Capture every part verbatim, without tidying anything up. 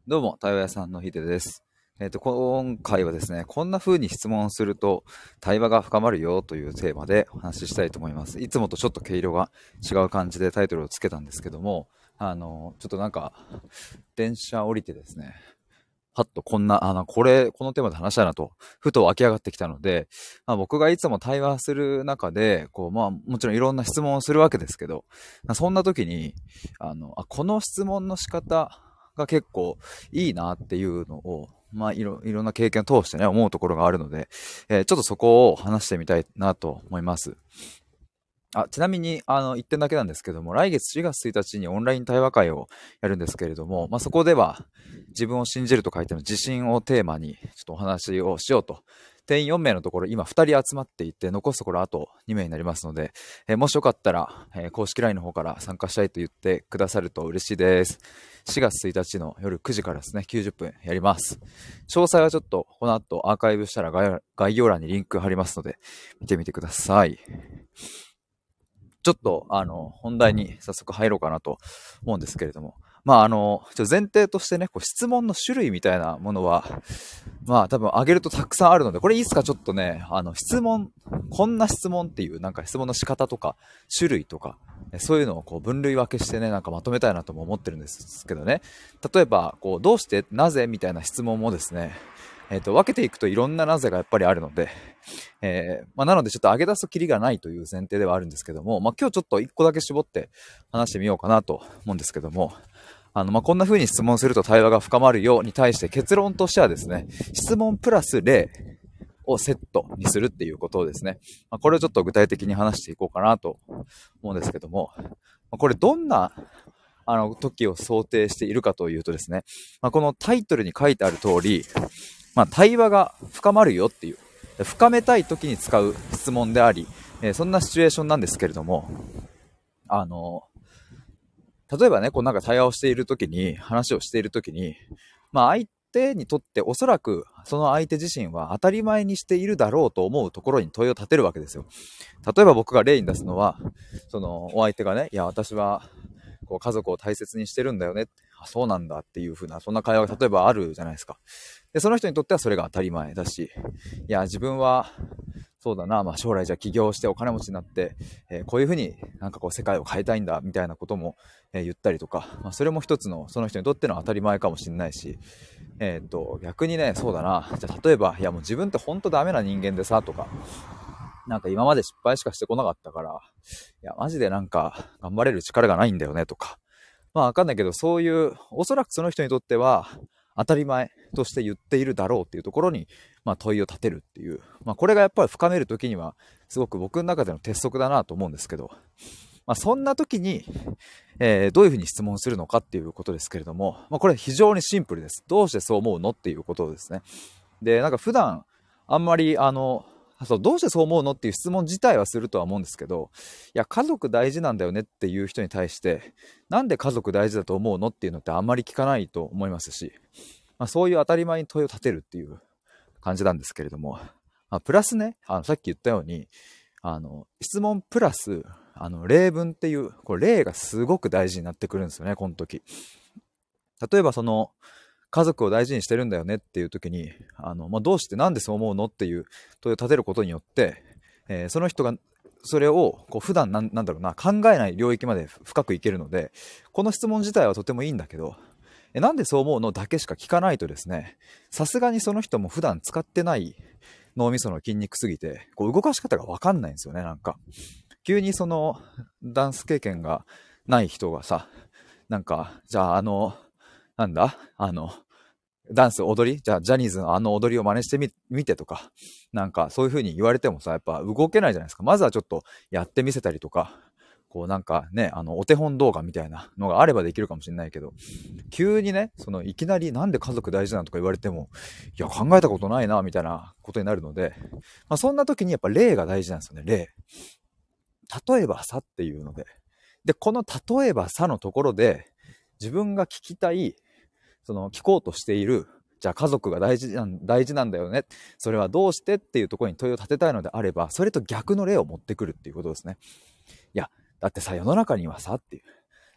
どうも、対話屋さんのヒデです。えっと、今回はですね、こんな風に質問すると対話が深まるよというテーマでお話ししたいと思います。いつもとちょっと毛色が違う感じでタイトルをつけたんですけども、あの、ちょっとなんか、電車降りてですね、はっとこんな、あの、これ、このテーマで話したいなと、ふと湧き上がってきたので、まあ、僕がいつも対話する中で、こう、まあ、もちろんいろんな質問をするわけですけど、まあそんな時に、あの、あ、この質問の仕方が結構いいなっていうのを、まあ、いろ、いろんな経験を通してね、思うところがあるので、えーちょっとそこを話してみたいなと思います。あ、ちなみに、あの、一点だけなんですけども、来月しがつついたちにオンライン対話会をやるんですけれども、まあ、そこでは、自分を信じると書いての自信をテーマに、ちょっとお話をしようと。定員よん名のところ、今ふたり集まっていて、残すところあとに名になりますので、えーもしよかったら、えー公式 ライン の方から参加したいと言ってくださると嬉しいです。しがつついたちの夜くじからですね、きゅうじゅっぷんやります。詳細はちょっと、この後アーカイブしたら概要概要欄にリンク貼りますので、見てみてください。ちょっと、あの、本題に早速入ろうかなと思うんですけれども。まあ、あの、ちょ前提としてね、こう質問の種類みたいなものは、まあ、多分挙げるとたくさんあるので、これいつかちょっとね、あの、質問、こんな質問っていう、なんか質問の仕方とか、種類とか、そういうのをこう分類分けしてね、なんかまとめたいなとも思ってるんですけどね。例えば、こう、どうして、なぜみたいな質問もですね、えっと、分けていくといろんななぜがやっぱりあるので、えーまあ、なのでちょっと上げ出すとキリがないという前提ではあるんですけども、まあ、今日ちょっと一個だけ絞って話してみようかなと思うんですけども、あの、まあ、こんな風に質問すると対話が深まるように対して結論としてはですね、質問プラス例をセットにするっていうことをですね、まあ、これをちょっと具体的に話していこうかなと思うんですけども、まあ、これどんなあの時を想定しているかというとですね、まあ、このタイトルに書いてある通り、まあ、対話が深まるよっていう、深めたい時に使う質問であり、えーそんなシチュエーションなんですけれども、あの、例えばね、こうなんか対話をしている時に、話をしている時に、まあ相手にとっておそらくその相手自身は当たり前にしているだろうと思うところに問いを立てるわけですよ。例えば僕が例に出すのは、そのお相手がね、いや私はこう家族を大切にしてるんだよね。あ、そうなんだっていう風な、そんな会話が例えばあるじゃないですか。で、その人にとってはそれが当たり前だし、いや、自分は、そうだな、まあ将来じゃ起業してお金持ちになって、えーこういう風になんかこう世界を変えたいんだみたいなことも、えー言ったりとか、まあ、それも一つのその人にとっての当たり前かもしれないし、えーっと、逆にね、そうだな、じゃあ例えば、いやもう自分って本当ダメな人間でさ、とか、なんか今まで失敗しかしてこなかったから、いや、マジでなんか頑張れる力がないんだよね、とか、まあわかんないけど、そういう、おそらくその人にとっては、当たり前として言っているだろうっていうところに、まあ問いを立てるっていう。まあこれがやっぱり深めるときには、すごく僕の中での鉄則だなと思うんですけど、まあそんなときに、えーどういうふうに質問するのかっていうことですけれども、まあこれ非常にシンプルです。どうしてそう思うのっていうことですね。で、なんか普段、あんまり、あの、そう、どうしてそう思うのっていう質問自体はするとは思うんですけど、いや、家族大事なんだよねっていう人に対して、なんで家族大事だと思うのっていうのってあんまり聞かないと思いますし、まあ、そういう当たり前に問いを立てるっていう感じなんですけれども、まあ、プラスね、あのさっき言ったように、あの、質問プラス、あの、例文っていう、これ例がすごく大事になってくるんですよね、この時。例えばその、家族を大事にしてるんだよねっていう時に、あの、まあ、どうしてなんでそう思うのっていう問いを立てることによって、えーその人がそれをこう普段なんなんだろうな、考えない領域まで深くいけるので、この質問自体はとてもいいんだけど、えなんでそう思うのだけしか聞かないとですね、さすがにその人も普段使ってない脳みその筋肉すぎて、こう動かし方がわかんないんですよね、なんか。急にそのダンス経験がない人がさ、なんか、じゃああの、なんだあの、ダンス、踊りじゃあ、ジャニーズのあの踊りを真似してみ、見てとか、なんか、そういう風に言われてもさ、やっぱ動けないじゃないですか。まずはちょっとやってみせたりとか、こうなんかね、あの、お手本動画みたいなのがあればできるかもしれないけど、急にね、その、いきなりなんで家族大事なのとか言われても、いや、考えたことないな、みたいなことになるので、まあ、そんな時にやっぱ例が大事なんですよね、例。例えばさっていうので。で、この例えばさのところで、自分が聞きたいその聞こうとしている、じゃあ家族が大事なん大事なんだよね。それはどうしてっていうところに問いを立てたいのであれば、それと逆の例を持ってくるっていうことですね。いや、だってさ、世の中にはさっていう、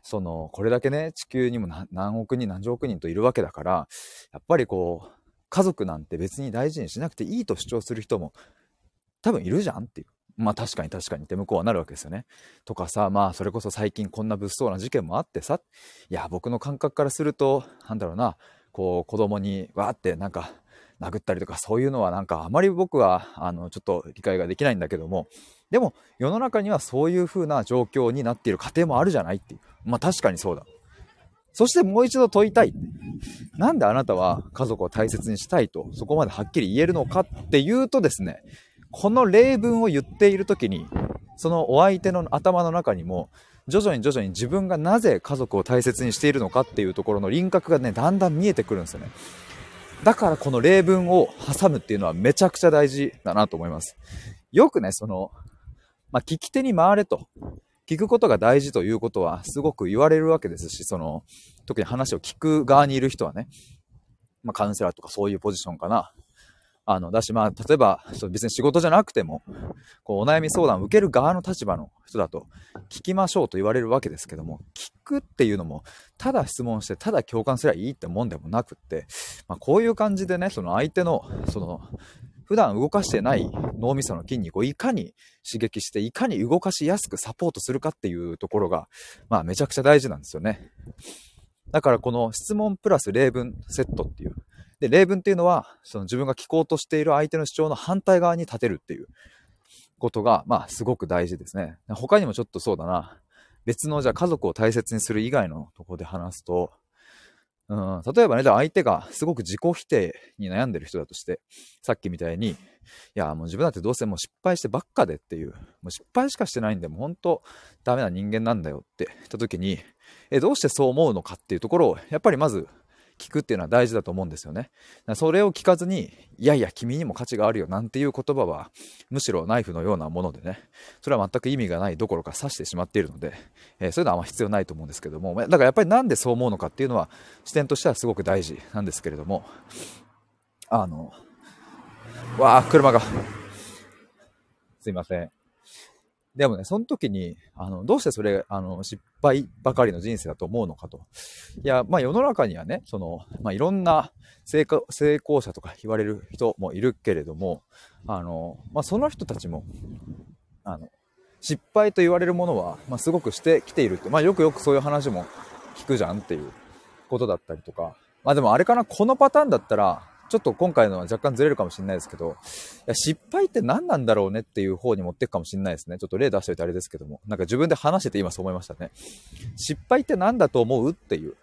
その、これだけね、地球にも何何億人、何十億人といるわけだから、やっぱりこう、家族なんて別に大事にしなくていいと主張する人も多分いるじゃんっていう。まあ確かに確かにって向こうはなるわけですよね。とかさ、まあそれこそ最近こんな物騒な事件もあってさ、いや僕の感覚からすると、なんだろうな、こう子供にわーってなんか殴ったりとかそういうのはなんかあまり僕はあのちょっと理解ができないんだけども、でも世の中にはそういう風な状況になっている家庭もあるじゃないっていう。まあ確かにそうだ。そしてもう一度問いたい。なんであなたは家族を大切にしたいとそこまではっきり言えるのかっていうとですね、この例文を言っている時にそのお相手の頭の中にも徐々に徐々に自分がなぜ家族を大切にしているのかっていうところの輪郭がねだんだん見えてくるんですよね。だからこの例文を挟むっていうのはめちゃくちゃ大事だなと思います。よくねその、まあ、聞き手に回れと聞くことが大事ということはすごく言われるわけですし、その特に話を聞く側にいる人はね、まあ、カウンセラーとかそういうポジションかな。あのだし、まあ例えば別に仕事じゃなくてもこうお悩み相談を受ける側の立場の人だと聞きましょうと言われるわけですけども、聞くっていうのもただ質問してただ共感すればいいってもんでもなくって、まあ、こういう感じでね、その相手のその普段動かしてない脳みその筋肉をいかに刺激していかに動かしやすくサポートするかっていうところが、まあ、めちゃくちゃ大事なんですよね。だからこの質問プラス例文セットっていうで、例文っていうのはその自分が聞こうとしている相手の主張の反対側に立てるっていうことが、まあすごく大事ですね。他にもちょっとそうだな、別のじゃあ家族を大切にする以外のところで話すと、うん、例えばね、じゃあ相手がすごく自己否定に悩んでる人だとして、さっきみたいに、いやもう自分だってどうせもう失敗してばっかでっていう、もう失敗しかしてないんでもう本当ダメな人間なんだよって言った時に、えどうしてそう思うのかっていうところをやっぱりまず聞くっていうのは大事だと思うんですよね。それを聞かずに、いやいや君にも価値があるよなんていう言葉はむしろナイフのようなものでね、それは全く意味がないどころか刺してしまっているので、えー、そういうのはあんま必要ないと思うんですけども、だからやっぱりなんでそう思うのかっていうのは視点としてはすごく大事なんですけれども、あのわあ車がすいません。でもね、その時に、あの、どうしてそれ、あの、失敗ばかりの人生だと思うのかと。いや、まあ世の中にはね、その、まあいろんな成功、成功者とか言われる人もいるけれども、あの、まあその人たちも、あの、失敗と言われるものは、まあすごくしてきているって、まあよくよくそういう話も聞くじゃんっていうことだったりとか、まあでもあれかな、このパターンだったら、ちょっと今回のは若干ずれるかもしれないですけど、いや失敗って何なんだろうねっていう方に持っていくかもしれないですね。ちょっと例出しておいてあれですけども、なんか自分で話してて今そう思いましたね。失敗って何だと思うっていう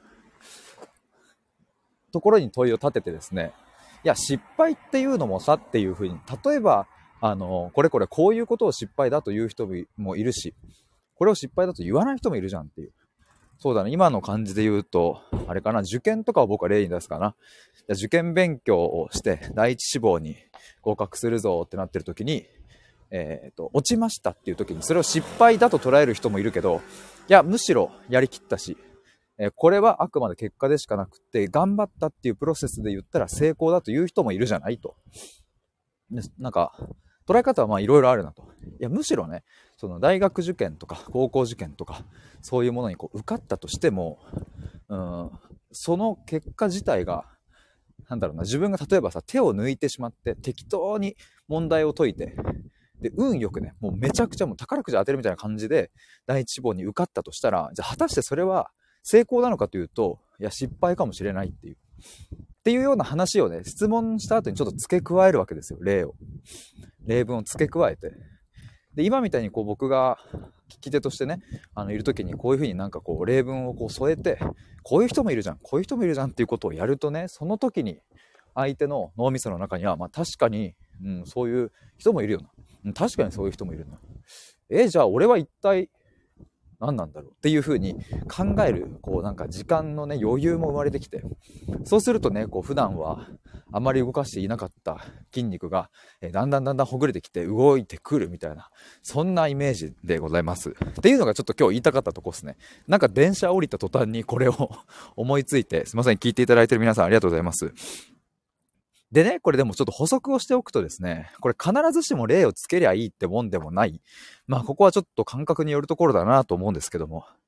ところに問いを立ててですね、いや失敗っていうのもさっていうふうに、例えばあのこれこれこういうことを失敗だという人もいるし、これを失敗だと言わない人もいるじゃんっていう。そうだね、今の感じで言うとあれかな、受験とかを僕は例に出すかな。受験勉強をして第一志望に合格するぞってなってる時に、えーと、落ちましたっていう時にそれを失敗だと捉える人もいるけど、いやむしろやりきったし、えー、これはあくまで結果でしかなくって頑張ったっていうプロセスで言ったら成功だという人もいるじゃないと。でなんか捉え方はまあいろいろあるなと。いやむしろね、その大学受験とか高校受験とかそういうものにこう受かったとしても、うん、その結果自体がなんだろうな、自分が例えばさ手を抜いてしまって適当に問題を解いて、で運よくね、もうめちゃくちゃもう宝くじ当てるみたいな感じで第一志望に受かったとしたら、じゃあ果たしてそれは成功なのかというと、いや失敗かもしれないっていうっていうような話をね、質問した後にちょっと付け加えるわけですよ。例を例文を付け加えて、で今みたいにこう僕が聞き手としてね、あのいる時にこういう風になんかこう例文をこう添えて、こういう人もいるじゃんこういう人もいるじゃんっていうことをやるとね、その時に相手の脳みその中には、まあ確かに、うん、そういう人もいるよな、うん、確かにそういう人もいるな、えじゃあ俺は一体何なんだろうっていう風に考える、こうなんか時間のね余裕も生まれてきて、そうするとね、こう普段はあまり動かしていなかった筋肉が、えー、だんだんだんだんほぐれてきて動いてくるみたいな、そんなイメージでございますっていうのがちょっと今日言いたかったとこですね。なんか電車降りた途端にこれを思いついて、すいません、聞いていただいている皆さんありがとうございます。でね、これでもちょっと補足をしておくとですね、これ必ずしも例をつけりゃいいってもんでもない。まあここはちょっと感覚によるところだなと思うんですけども、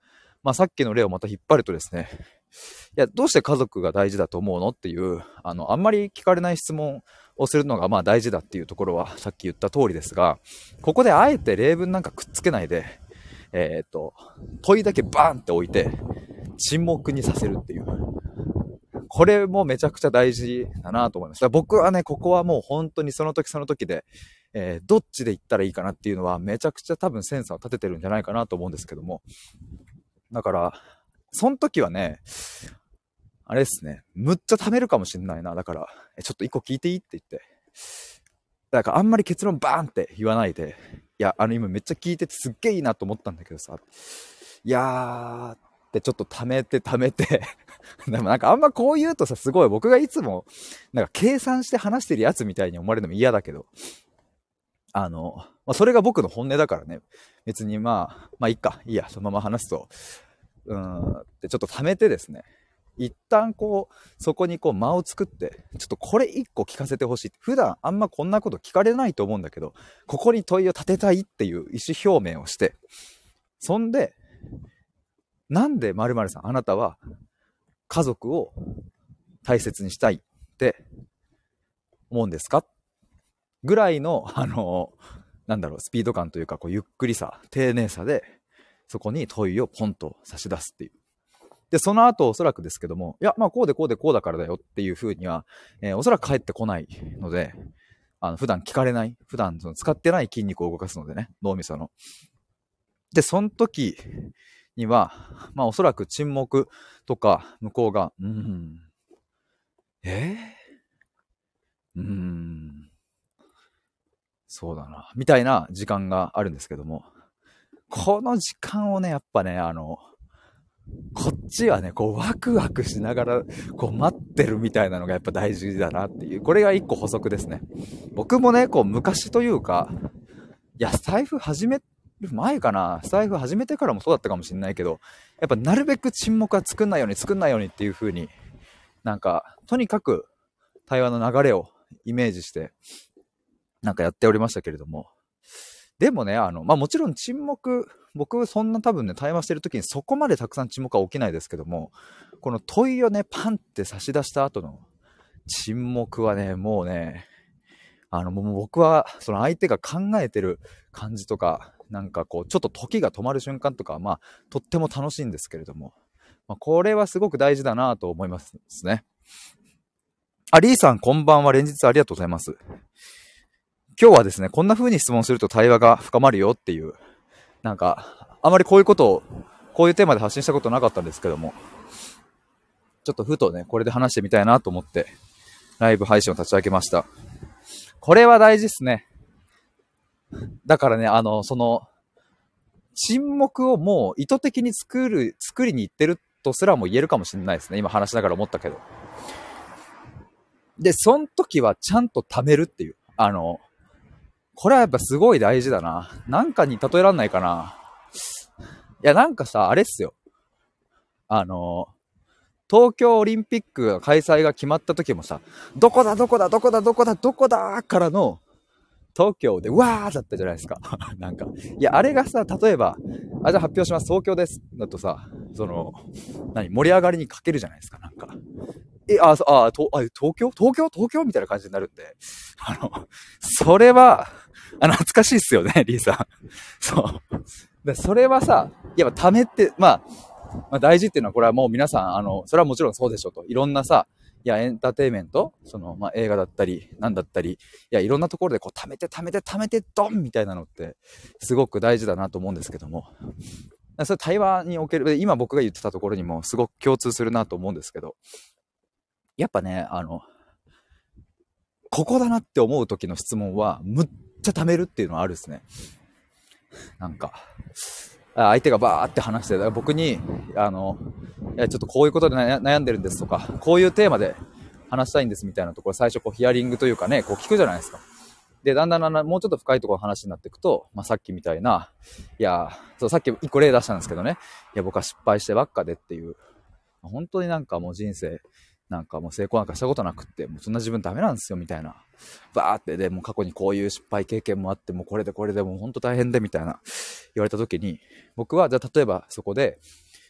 まあさっきの例をまた引っ張るとですね、いや、どうして家族が大事だと思うのっていう、あの、あんまり聞かれない質問をするのがまあ大事だっていうところはさっき言った通りですが、ここであえて例文なんかくっつけないで、えっと、問いだけバーンって置いて、沈黙にさせるっていう。これもめちゃくちゃ大事だなと思います。だから僕はね、ここはもう本当にその時その時で、えー、どっちで行ったらいいかなっていうのはめちゃくちゃ多分センサーを立ててるんじゃないかなと思うんですけども。だから、その時はね、あれですね、むっちゃ貯めるかもしんないな。だから、えちょっと一個聞いていいって言って。だからあんまり結論バーンって言わないで、いや、あの今めっちゃ聞いててすっげえいいなと思ったんだけどさ、いやーってちょっと貯めて貯めてでもなんかあんまこう言うとさ、すごい僕がいつもなんか計算して話してるやつみたいに思われるのも嫌だけど、あの、まあ、それが僕の本音だからね、別にまあ、まあいいか、いいや、そのまま話すと、うーんってちょっと貯めてですね、一旦こう、そこにこう間を作って、ちょっとこれ一個聞かせてほしい。普段あんまこんなこと聞かれないと思うんだけど、ここに問いを立てたいっていう意思表明をして、そんで、なんで〇〇さん、あなたは家族を大切にしたいって思うんですかぐらいの、あの、なんだろう、スピード感というか、こうゆっくりさ、丁寧さで、そこに問いをポンと差し出すっていう。で、その後おそらくですけども、いや、まあこうでこうでこうだからだよっていう風には、えーおそらく返ってこないので、あの普段聞かれない、普段その使ってない筋肉を動かすのでね、脳みその。で、その時には、まあおそらく沈黙とか、向こうが、うーん、えー、うーん、そうだな、みたいな時間があるんですけども、この時間をね、やっぱね、あの、こっちはね、こうワクワクしながら、こう待ってるみたいなのがやっぱ大事だなっていう、これが一個補足ですね。僕もね、こう昔というか、いや、スタイフ始める前かな、スタイフ始めてからもそうだったかもしれないけど、やっぱなるべく沈黙は作んないように作んないようにっていう風に、なんか、とにかく対話の流れをイメージして、なんかやっておりましたけれども、でもね、あの、まあもちろん沈黙、僕そんな多分ね、対話してる時にそこまでたくさん沈黙は起きないですけども、この問いをね、パンって差し出した後の沈黙はね、もうね、あの、もう僕はその相手が考えてる感じとか、なんかこう、ちょっと時が止まる瞬間とか、まあ、とっても楽しいんですけれども、まあ、これはすごく大事だなと思いますね。あ、リーさんこんばんは。連日ありがとうございます。今日はですね、こんな風に質問すると対話が深まるよっていう、なんか、あまりこういうことを、こういうテーマで発信したことなかったんですけども、ちょっとふとね、これで話してみたいなと思って、ライブ配信を立ち上げました。これは大事ですね。だからね、あの、その、沈黙をもう意図的に作る、作りに行ってるとすらも言えるかもしれないですね。今話しながら思ったけど。で、その時はちゃんと貯めるっていう。あの、これはやっぱすごい大事だな。なんかに例えらんないかな。いや、なんかさ、あれっすよ。あの、東京オリンピック開催が決まった時もさ、どこだどこだどこだどこだどこだからの、東京でうわーだったじゃないですか。なんか。いや、あれがさ、例えば、あ、じゃあ発表します。東京です。だとさ、その、何、盛り上がりに欠けるじゃないですか。なんか。え、あ、そあ、とあ東京東京東京みたいな感じになるんで。あの、それは、あの、懐かしいっすよね、リーさん。そう。で、それはさ、やっぱためって、まあ、まあ、大事っていうのは、これはもう皆さん、あの、それはもちろんそうでしょと。いろんなさ、いや、エンターテインメント、その、まあ、映画だったり、なんだったり、いや、いろんなところでこう、貯めて貯めて貯めて、ドンみたいなのって、すごく大事だなと思うんですけども。それ対話における、今僕が言ってたところにもすごく共通するなと思うんですけど、やっぱね、あの、ここだなって思う時の質問は、むっちゃ貯めるっていうのはあるですね。なんか、相手がバーって話して、僕に、あの、いやちょっとこういうことで悩んでるんですとか、こういうテーマで話したいんですみたいなところ、最初こうヒアリングというかね、こう聞くじゃないですか。で、だんだんだんだんもうちょっと深いところの話になっていくと、まあ、さっきみたいな、いや、そう、さっき一個例出したんですけどね、いや、僕は失敗してばっかでっていう、本当になんかもう人生、なんかもう成功なんかしたことなくって、もうそんな自分ダメなんですよみたいな、バーって、でもう過去にこういう失敗経験もあって、もうこれでこれでもう本当大変でみたいな言われた時に、僕はじゃあ例えばそこで、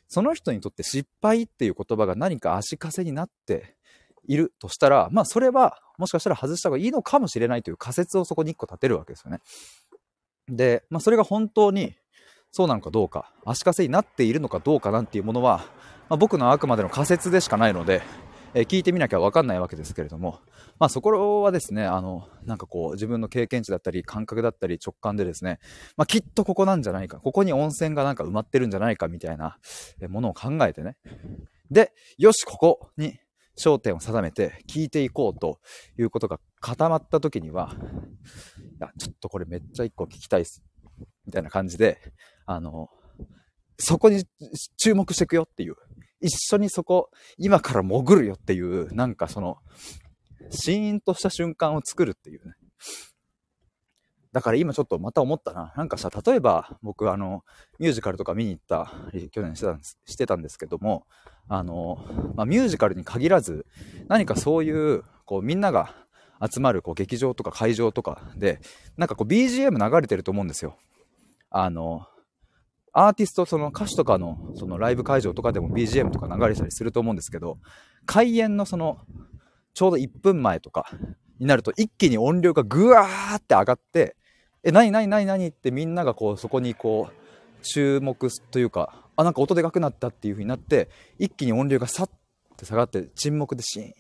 その人にとって失敗っていう言葉が何か足かせになっているとしたら、まあそれはもしかしたら外した方がいいのかもしれないという仮説をそこに一個立てるわけですよね。で、まあそれが本当にそうなのかどうか、足かせになっているのかどうかなんていうものは、まあ、僕のあくまでの仮説でしかないので、えー聞いてみなきゃ分かんないわけですけれども、まあそこはですね、あの、なんかこう自分の経験値だったり感覚だったり直感でですね、まあきっとここなんじゃないか、ここに温泉がなんか埋まってるんじゃないかみたいなものを考えてね。で、よし、ここに焦点を定めて聞いていこうということが固まった時には、いや、ちょっとこれめっちゃ一個聞きたいっす。みたいな感じで、あの、そこに注目していくよっていう、一緒にそこ、今から潜るよっていう、なんかその、シーンとした瞬間を作るっていうね。だから今ちょっとまた思ったな。なんかさ、例えば僕あの、ミュージカルとか見に行った、去年してたんです、してたんですけども、あの、まあ、ミュージカルに限らず、何かそういう、こうみんなが集まるこう劇場とか会場とかで、なんかこう ビージーエム 流れてると思うんですよ。あの、アーティスト、その歌手とかの、そのライブ会場とかでも ビージーエム とか流れたりすると思うんですけど、開演のその、ちょうどいっぷんまえとかになると一気に音量がぐわーって上がって、え、なになになになにってみんながこう、そこにこう、注目というか、あ、なんか音でかくなったっていう風になって、一気に音量がさって下がって沈黙でシーン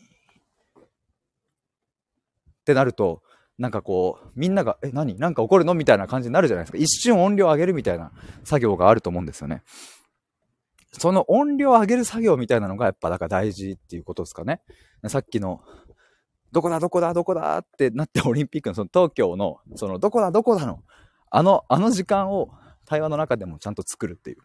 ってなると、なんかこう、みんなが、え、何なんか起こるのみたいな感じになるじゃないですか。一瞬音量上げるみたいな作業があると思うんですよね。その音量上げる作業みたいなのがやっぱだから大事っていうことですかね。さっきの、どこだどこだどこだってなってオリンピックのその東京の、そのどこだどこだの、あの、あの時間を対話の中でもちゃんと作るっていう。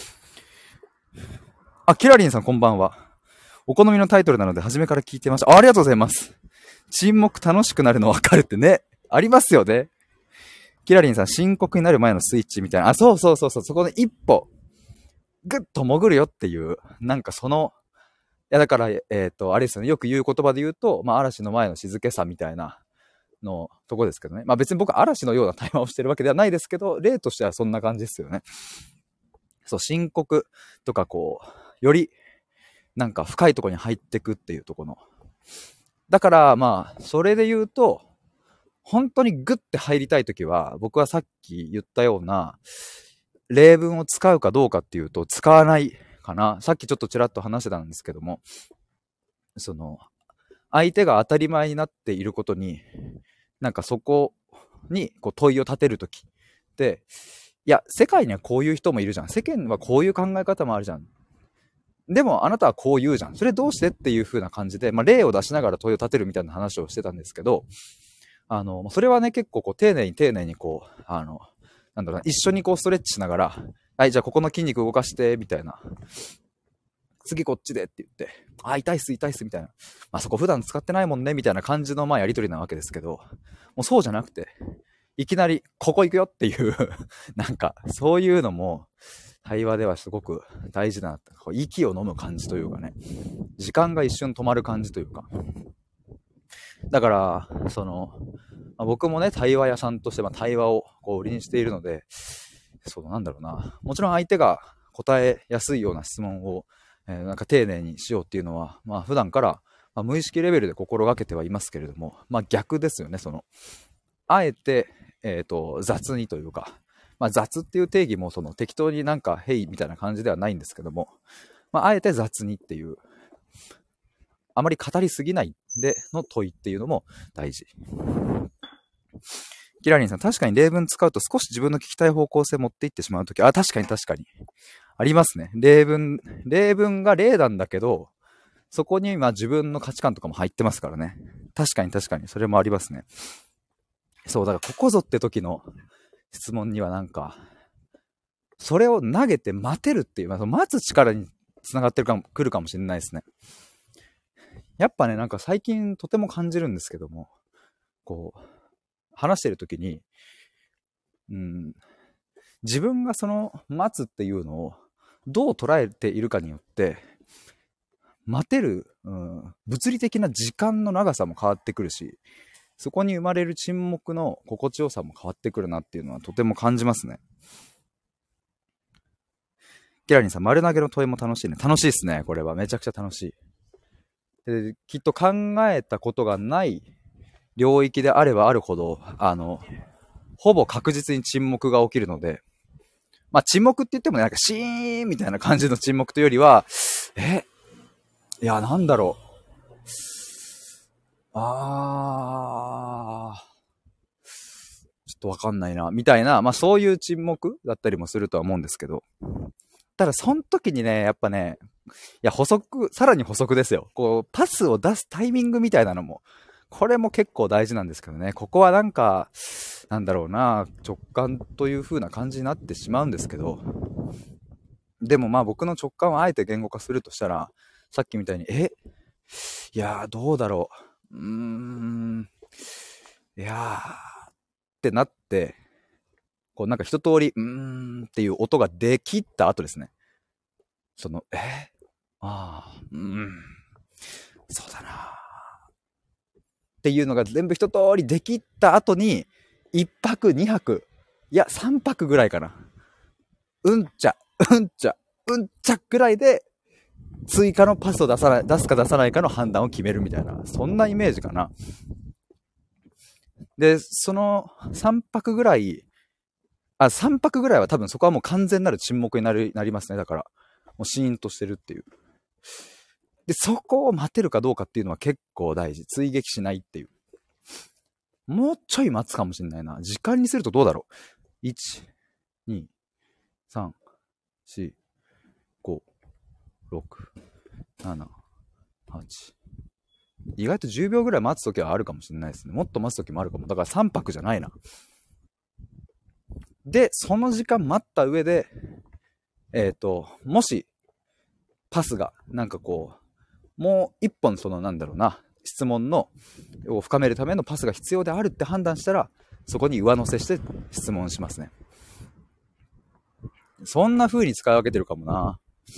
あ、キラリンさんこんばんは。お好みのタイトルなので初めから聞いてました。あ、ありがとうございます。沈黙楽しくなるの分かるってね。ありますよね。キラリンさん、深刻になる前のスイッチみたいな。あ、そうそうそうそう。そこで一歩、ぐっと潜るよっていう、なんかその、いやだから、えっ、ー、と、あれですよね。よく言う言葉で言うと、まあ嵐の前の静けさみたいなのとこですけどね。まあ別に僕は嵐のような対話をしてるわけではないですけど、例としてはそんな感じですよね。そう、深刻とかこう、より、なんか深いところに入ってくっていうところの。だからまあ、それで言うと、本当にグッて入りたいときは、僕はさっき言ったような、例文を使うかどうかっていうと、使わないかな。さっきちょっとちらっと話してたんですけども、その、相手が当たり前になっていることに、なんかそこにこう問いを立てるときって、いや、世界にはこういう人もいるじゃん。世間はこういう考え方もあるじゃん。でもあなたはこう言うじゃん。それどうしてっていう風な感じで、まあ、例を出しながら問いを立てるみたいな話をしてたんですけど、あの、それはね、結構こう丁寧に丁寧にこう、あの、なんだろうな、一緒にこうストレッチしながら、はい、じゃあここの筋肉動かして、みたいな。次こっちでって言って、あ、痛いっす、痛いっす、みたいな。まあそこ普段使ってないもんね、みたいな感じのまあやりとりなわけですけど、もうそうじゃなくて、いきなりここ行くよっていうなんかそういうのも対話ではすごく大事な、こう息を飲む感じというかね、時間が一瞬止まる感じというか。だから、その、まあ、僕もね、対話屋さんとしてまあ対話をこう売りにしているので、そうなんだろうな。もちろん相手が答えやすいような質問を、えーなんか丁寧にしようっていうのは、まあ普段から、まあ、無意識レベルで心がけてはいますけれども、まあ逆ですよね、その、あえて、えっと、雑にというか、まあ雑っていう定義もその適当になんか、へいみたいな感じではないんですけども、まああえて雑にっていう、あまり語りすぎないでの問いっていうのも大事。キラリンさん、確かに例文使うと少し自分の聞きたい方向性持っていってしまうとき、あ、確かに確かに。ありますね。例文、例文が例なんだけど、そこにまあ自分の価値観とかも入ってますからね。確かに確かに、それもありますね。そう、だからここぞって時の質問にはなんか、それを投げて待てるっていう、まあ、待つ力につながってるかも、来るかもしれないですね。やっぱね、なんか最近とても感じるんですけども、こう、話してる時に、うん、自分がその待つっていうのをどう捉えているかによって、待てる、うん、物理的な時間の長さも変わってくるし、そこに生まれる沈黙の心地よさも変わってくるなっていうのはとても感じますね。 キラリンさん、丸投げの問いも楽しいね。楽しいですね。これはめちゃくちゃ楽しい。で、きっと考えたことがない領域であればあるほど、あの、ほぼ確実に沈黙が起きるので、まあ沈黙って言ってもね、なんかシーンみたいな感じの沈黙というよりは、えいや、なんだろう。あー、ちょっとわかんないな、みたいな、まあそういう沈黙だったりもするとは思うんですけど、ただその時にね、やっぱね、いや補足、さらに補足ですよ。こう、パスを出すタイミングみたいなのも、これも結構大事なんですけどね。ここはなんか、なんだろうな、直感という風な感じになってしまうんですけど、でもまあ僕の直感をあえて言語化するとしたら、さっきみたいに、えいやーどうだろう。うーん、いやーってなって、こうなんか一通り、うーんっていう音ができった後ですね。その、えああ、うん、そうだなっていうのが全部一通りできった後に、一泊二泊、いや三泊ぐらいかな。うんちゃ、うんちゃ、うんちゃぐらいで、追加のパスを出さない、出すか出さないかの判断を決めるみたいな、そんなイメージかな。で、そのさんぱくぐらい、あ、さんぱくぐらいは多分そこはもう完全なる沈黙になる、なりますね。だから、もうシーンとしてるっていう。で、そこを待てるかどうかっていうのは結構大事。追撃しないっていう。もうちょい待つかもしれないな。時間にするとどうだろう。いち、に、さん、よん、ご、ろく、なな、はち。意外とじゅうびょうぐらい待つときはあるかもしれないですね。もっと待つときもあるかも。だからさんぱくじゃないな。で、その時間待った上で、えっと、もし、パスが、なんかこう、もう一本そのなんだろうな、質問のを深めるためのパスが必要であるって判断したら、そこに上乗せして質問しますね。そんな風に使い分けてるかもな。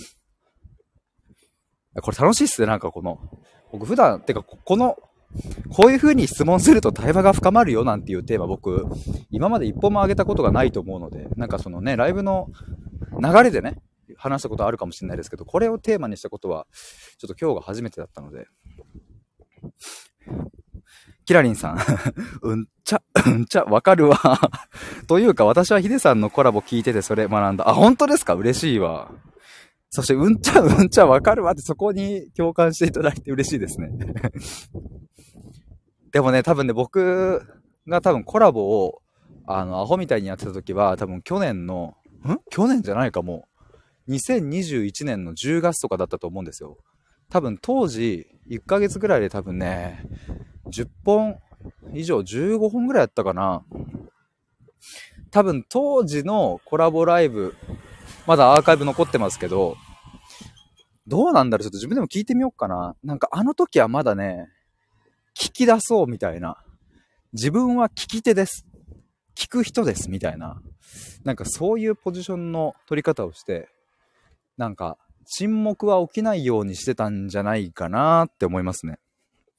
これ楽しいっすね、なんかこの。僕普段、てかこの、こういう風に質問すると対話が深まるよなんていうテーマ僕、今まで一本も上げたことがないと思うので、なんかそのね、ライブの流れでね、話したことあるかもしれないですけど、これをテーマにしたことは、ちょっと今日が初めてだったので。キラリンさん、うんちゃ、うんちゃ、わかるわ。というか、私はヒデさんのコラボ聞いててそれ学んだ。あ、本当ですか？嬉しいわ。そして、うんちゃ、うんちゃ、わかるわってそこに共感していただいて嬉しいですね。でもね、多分ね、僕が多分コラボを、あの、アホみたいにやってた時は、多分去年の、ん去年じゃないかもう。にせんにじゅういちねんのじゅうがつとかだったと思うんですよ。多分当時、いっかげつぐらいで多分ね、じゅっぽん以上、じゅうごほんぐらいやったかな。多分当時のコラボライブ、まだアーカイブ残ってますけど、どうなんだろう、ちょっと自分でも聞いてみようかな。なんかあの時はまだね、聞き出そうみたいな。自分は聞き手です。聞く人ですみたいな。なんかそういうポジションの取り方をして、なんか沈黙は起きないようにしてたんじゃないかなって思いますね。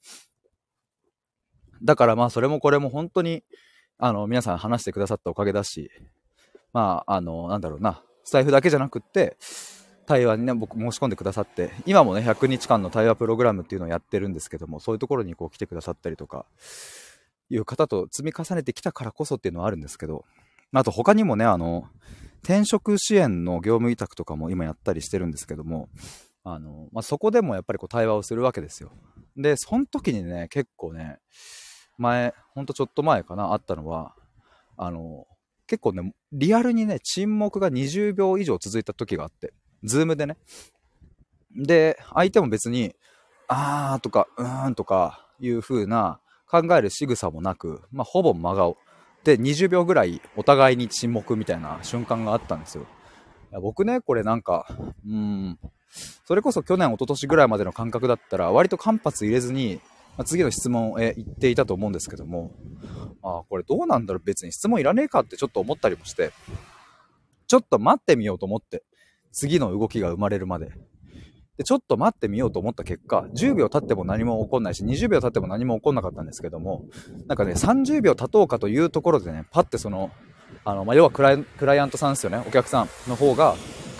だからまあそれもこれも本当にあの皆さん話してくださったおかげだし、まああのなんだろうな、スタイフだけじゃなくって対話にね僕申し込んでくださって、今もねひゃくにちかんの対話プログラムっていうのをやってるんですけども、そういうところにこう来てくださったりとかいう方と積み重ねてきたからこそっていうのはあるんですけど、あと他にもねあの転職支援の業務委託とかも今やったりしてるんですけども、あの、まあ、そこでもやっぱりこう対話をするわけですよ。でその時にね結構ね前ほんとちょっと前かなあったのは、あの結構ねリアルにね沈黙がにじゅうびょう以上続いた時があって、ズームでね、で相手も別にあーとかうーんとかいう風な考える仕草もなく、まあ、ほぼ真顔でにじゅうびょうぐらいお互いに沈黙みたいな瞬間があったんですよ。いや僕ねこれなんかうーんそれこそ去年一昨年ぐらいまでの感覚だったら割と間髪入れずに、まあ、次の質問へ言っていたと思うんですけども、あこれどうなんだろう、別に質問いらねえかってちょっと思ったりもして、ちょっと待ってみようと思って、次の動きが生まれるまででちょっと待ってみようと思った結果、じゅうびょう経っても何も起こんないし、にじゅうびょう経っても何も起こんなかったんですけども、なんかねさんじゅうびょう経とうかというところでね、パッてそのあの、まあ、要はクライ、クライアントさんですよね、お客さんの方が口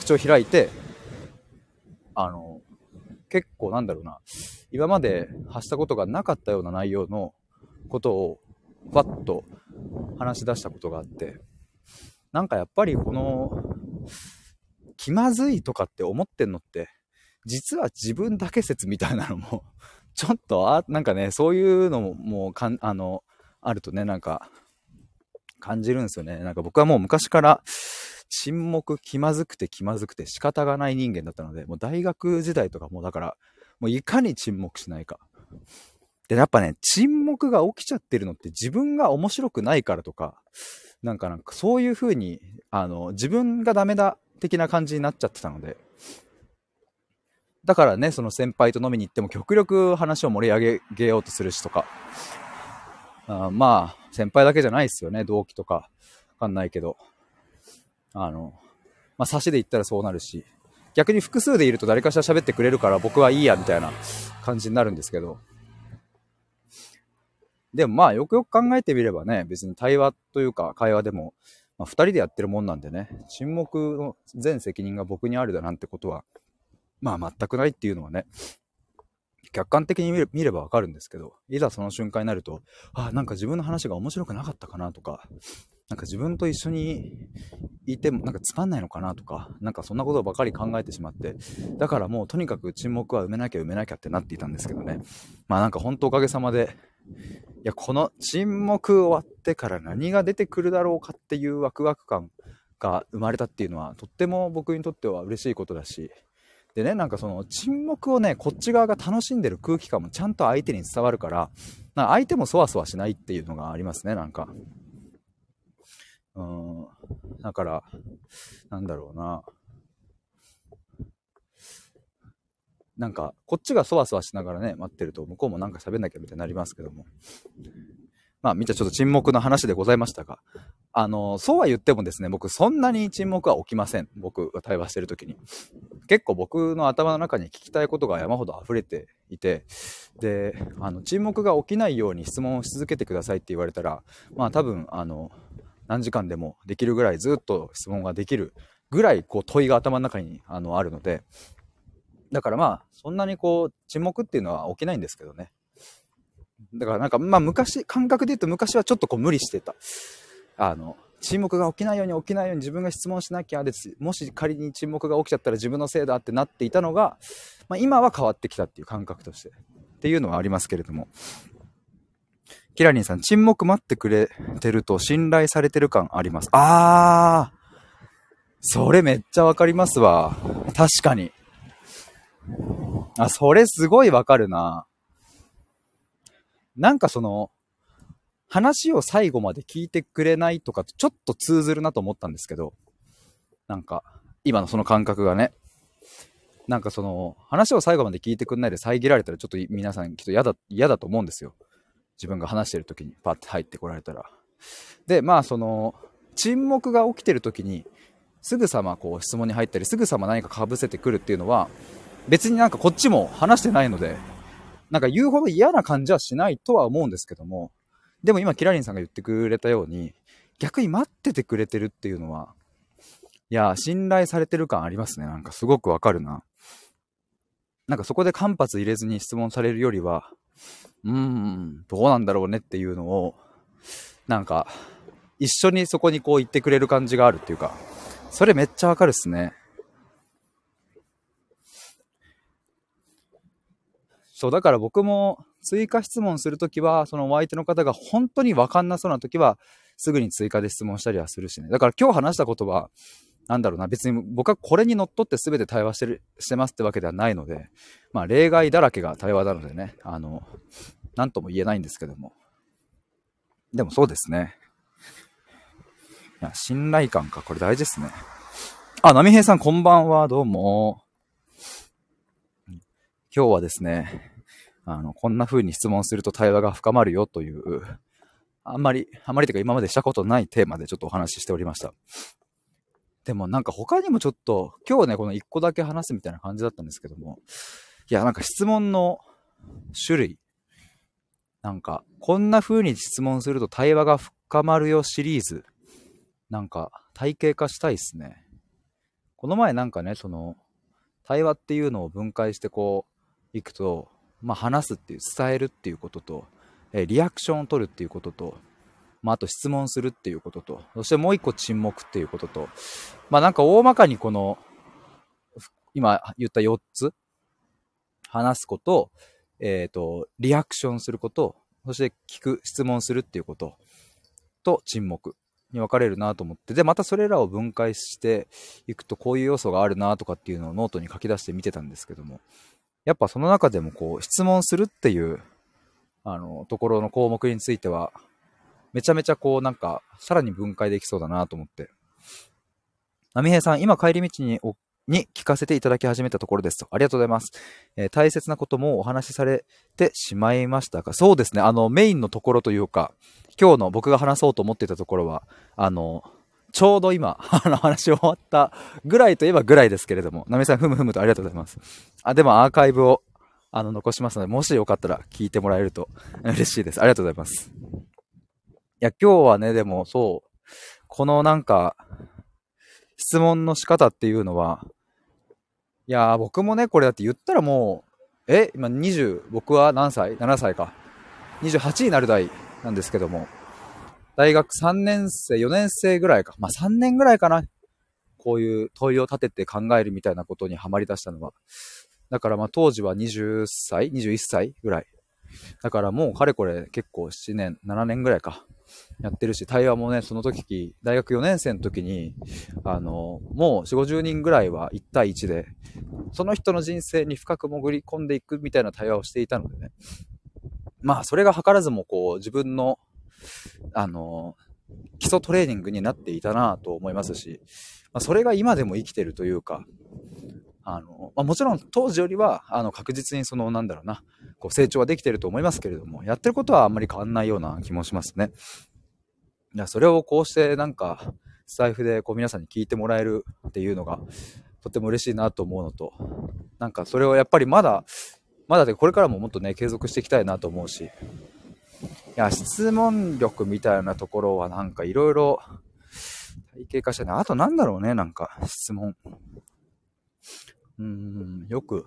口を開いて、あの、結構なんだろうな、今まで発したことがなかったような内容のことをふわっと話し出したことがあって、なんかやっぱりこの気まずいとかって思ってんのって実は自分だけ説みたいなのもちょっとあなんかね、そういうのももうかんあのあるとね、なんか感じるんですよね。なんか僕はもう昔から沈黙、気まずくて気まずくて仕方がない人間だったので、もう大学時代とかもだからもういかに沈黙しないかで、やっぱね、沈黙が起きちゃってるのって自分が面白くないからとか、なんかなんかそういう風にあの自分がダメだ的な感じになっちゃってたので、だからね、その先輩と飲みに行っても極力話を盛り上げようとするしとか、あまあ先輩だけじゃないですよね、同期とかわかんないけど、あのまあ差しで言ったらそうなるし、逆に複数でいると誰かしら喋ってくれるから僕はいいやみたいな感じになるんですけど、でもまあよくよく考えてみればね、別に対話というか会話でも、まあ、ふたりでやってるもんなんでね、沈黙の全責任が僕にあるだなんてことはまあ全くないっていうのはね、客観的に見れ見ればわかるんですけど、いざその瞬間になると、あ、なんか自分の話が面白くなかったかなとか、なんか自分と一緒にいてもなんかつまんないのかなとか、なんかそんなことばかり考えてしまって、だからもうとにかく沈黙は埋めなきゃ埋めなきゃってなっていたんですけどね。まあなんか本当おかげさまで、いやこの沈黙終わってから何が出てくるだろうかっていうワクワク感が生まれたっていうのはとっても僕にとっては嬉しいことだし、でね、なんかその沈黙をね、こっち側が楽しんでる空気感もちゃんと相手に伝わるから、なんか相手もそわそわしないっていうのがありますね、なんか。うーん。だから、なんだろうな。なんか、こっちがそわそわしながらね、待ってると、向こうもなんか喋んなきゃみたいになりますけども。まあ、みちゃちょっと沈黙の話でございましたが、あの、そうは言ってもですね、僕そんなに沈黙は起きません。僕が対話してる時に。結構僕の頭の中に聞きたいことが山ほど溢れていて、で、あの、沈黙が起きないように質問をし続けてくださいって言われたら、まあ多分、あの、何時間でもできるぐらいずっと質問ができるぐらい、こう問いが頭の中にあのあるので、だからまあ、そんなにこう、沈黙っていうのは起きないんですけどね。だからなんか、まあ昔、感覚で言うと昔はちょっとこう無理してた。あの、沈黙が起きないように起きないように自分が質問しなきゃです。もし仮に沈黙が起きちゃったら自分のせいだってなっていたのが、まあ、今は変わってきたっていう感覚として。っていうのはありますけれども。キラリンさん、沈黙待ってくれてると信頼されてる感あります。あー、それめっちゃわかりますわ。確かに。あ、それすごいわかるな。なんかその、話を最後まで聞いてくれないとかとちょっと通ずるなと思ったんですけど、なんか、今のその感覚がね、なんかその、話を最後まで聞いてくれないで遮られたらちょっと皆さんきっと嫌だ、嫌だと思うんですよ。自分が話してる時にパッて入ってこられたら。で、まあその、沈黙が起きてる時に、すぐさまこう質問に入ったり、すぐさま何かかぶせてくるっていうのは、別になんかこっちも話してないので、なんか言うほど嫌な感じはしないとは思うんですけども、でも今キラリンさんが言ってくれたように、逆に待っててくれてるっていうのは、いや、信頼されてる感ありますね。なんかすごくわかるな。なんかそこで間髪入れずに質問されるよりは、うーん、どうなんだろうねっていうのを、なんか、一緒にそこにこう言ってくれる感じがあるっていうか、それめっちゃわかるっすね。そう、だから僕も追加質問するときは、そのお相手の方が本当にわかんなそうなときは、すぐに追加で質問したりはするしね。だから今日話したことは、なんだろうな、別に僕はこれにのっとって全て対話してる、してますってわけではないので、まあ例外だらけが対話なのでね、あの、なんとも言えないんですけども。でもそうですね。いや、信頼感か、これ大事ですね。あ、波平さんこんばんは、どうも。今日はですね、あの、こんな風に質問すると対話が深まるよという、あんまり、あんまりというか今までしたことないテーマでちょっとお話ししておりました。でもなんか他にもちょっと、今日ね、この一個だけ話すみたいな感じだったんですけども、いや、なんか質問の種類、なんか、こんな風に質問すると対話が深まるよシリーズ、なんか体系化したいっすね。 この前なんかね、その、対話っていうのを分解してこう、いくと、まあ話すっていう、伝えるっていうことと、えーリアクションを取るっていうことと、まああと質問するっていうことと、そしてもう一個沈黙っていうことと、まあなんか大まかにこの、今言ったよっつ、話すこと、えっと、リアクションすること、そして聞く、質問するっていうことと沈黙に分かれるなと思って、で、またそれらを分解していくとこういう要素があるなとかっていうのをノートに書き出して見てたんですけども、やっぱその中でもこう質問するっていうあのところの項目についてはめちゃめちゃこうなんかさらに分解できそうだなと思って、波平さん、今帰り道におに聞かせていただき始めたところですと。ありがとうございます。えー大切なこともお話しされてしまいましたが、そうですね、あの、メインのところというか、今日の僕が話そうと思っていたところは、あの、ちょうど今、あの話終わったぐらいといえばぐらいですけれども、なみさん、ふむふむとありがとうございます。あ、でもアーカイブを、あの、残しますので、もしよかったら聞いてもらえると嬉しいです。ありがとうございます。いや、今日はね、でも、そう、このなんか、質問の仕方っていうのは、いやー、僕もね、これだって言ったらもう、え、今にじゅう、僕は何歳？ なな 歳か。にじゅうはちになる代なんですけども、大学さんねん生、よねん生ぐらいか。まあさんねんぐらいかな。こういう問いを立てて考えるみたいなことにはまり出したのは。だからまあ当時はにじゅっさい ?にじゅういっさいぐらい。だからもうかれこれ結構ななねん、ななねんぐらいか。やってるし、対話もね、その時、大学よねん生の時に、あの、もうよん、ごじゅうにんぐらいはいち対いちで、その人の人生に深く潜り込んでいくみたいな対話をしていたのでね。まあ、それが図らずもこう、自分の、あの、基礎トレーニングになっていたなと思いますし、まあ、それが今でも生きてるというか、あの、まあ、もちろん当時よりは、あの、確実にその、なんだろうな、こう成長はできてると思いますけれども、やってることはあんまり変わんないような気もしますね。いや、それをこうしてなんか、スタイフでこう皆さんに聞いてもらえるっていうのが、とっても嬉しいなと思うのと、なんかそれをやっぱりまだ、まだでこれからももっとね、継続していきたいなと思うし、いや、質問力みたいなところはなんかいろいろ体系化したね。あとなんだろうね、なんか質問。うーん、よく。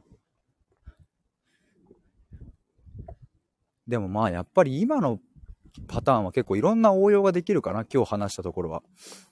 でもまあやっぱり今のパターンは結構いろんな応用ができるかな、今日話したところは。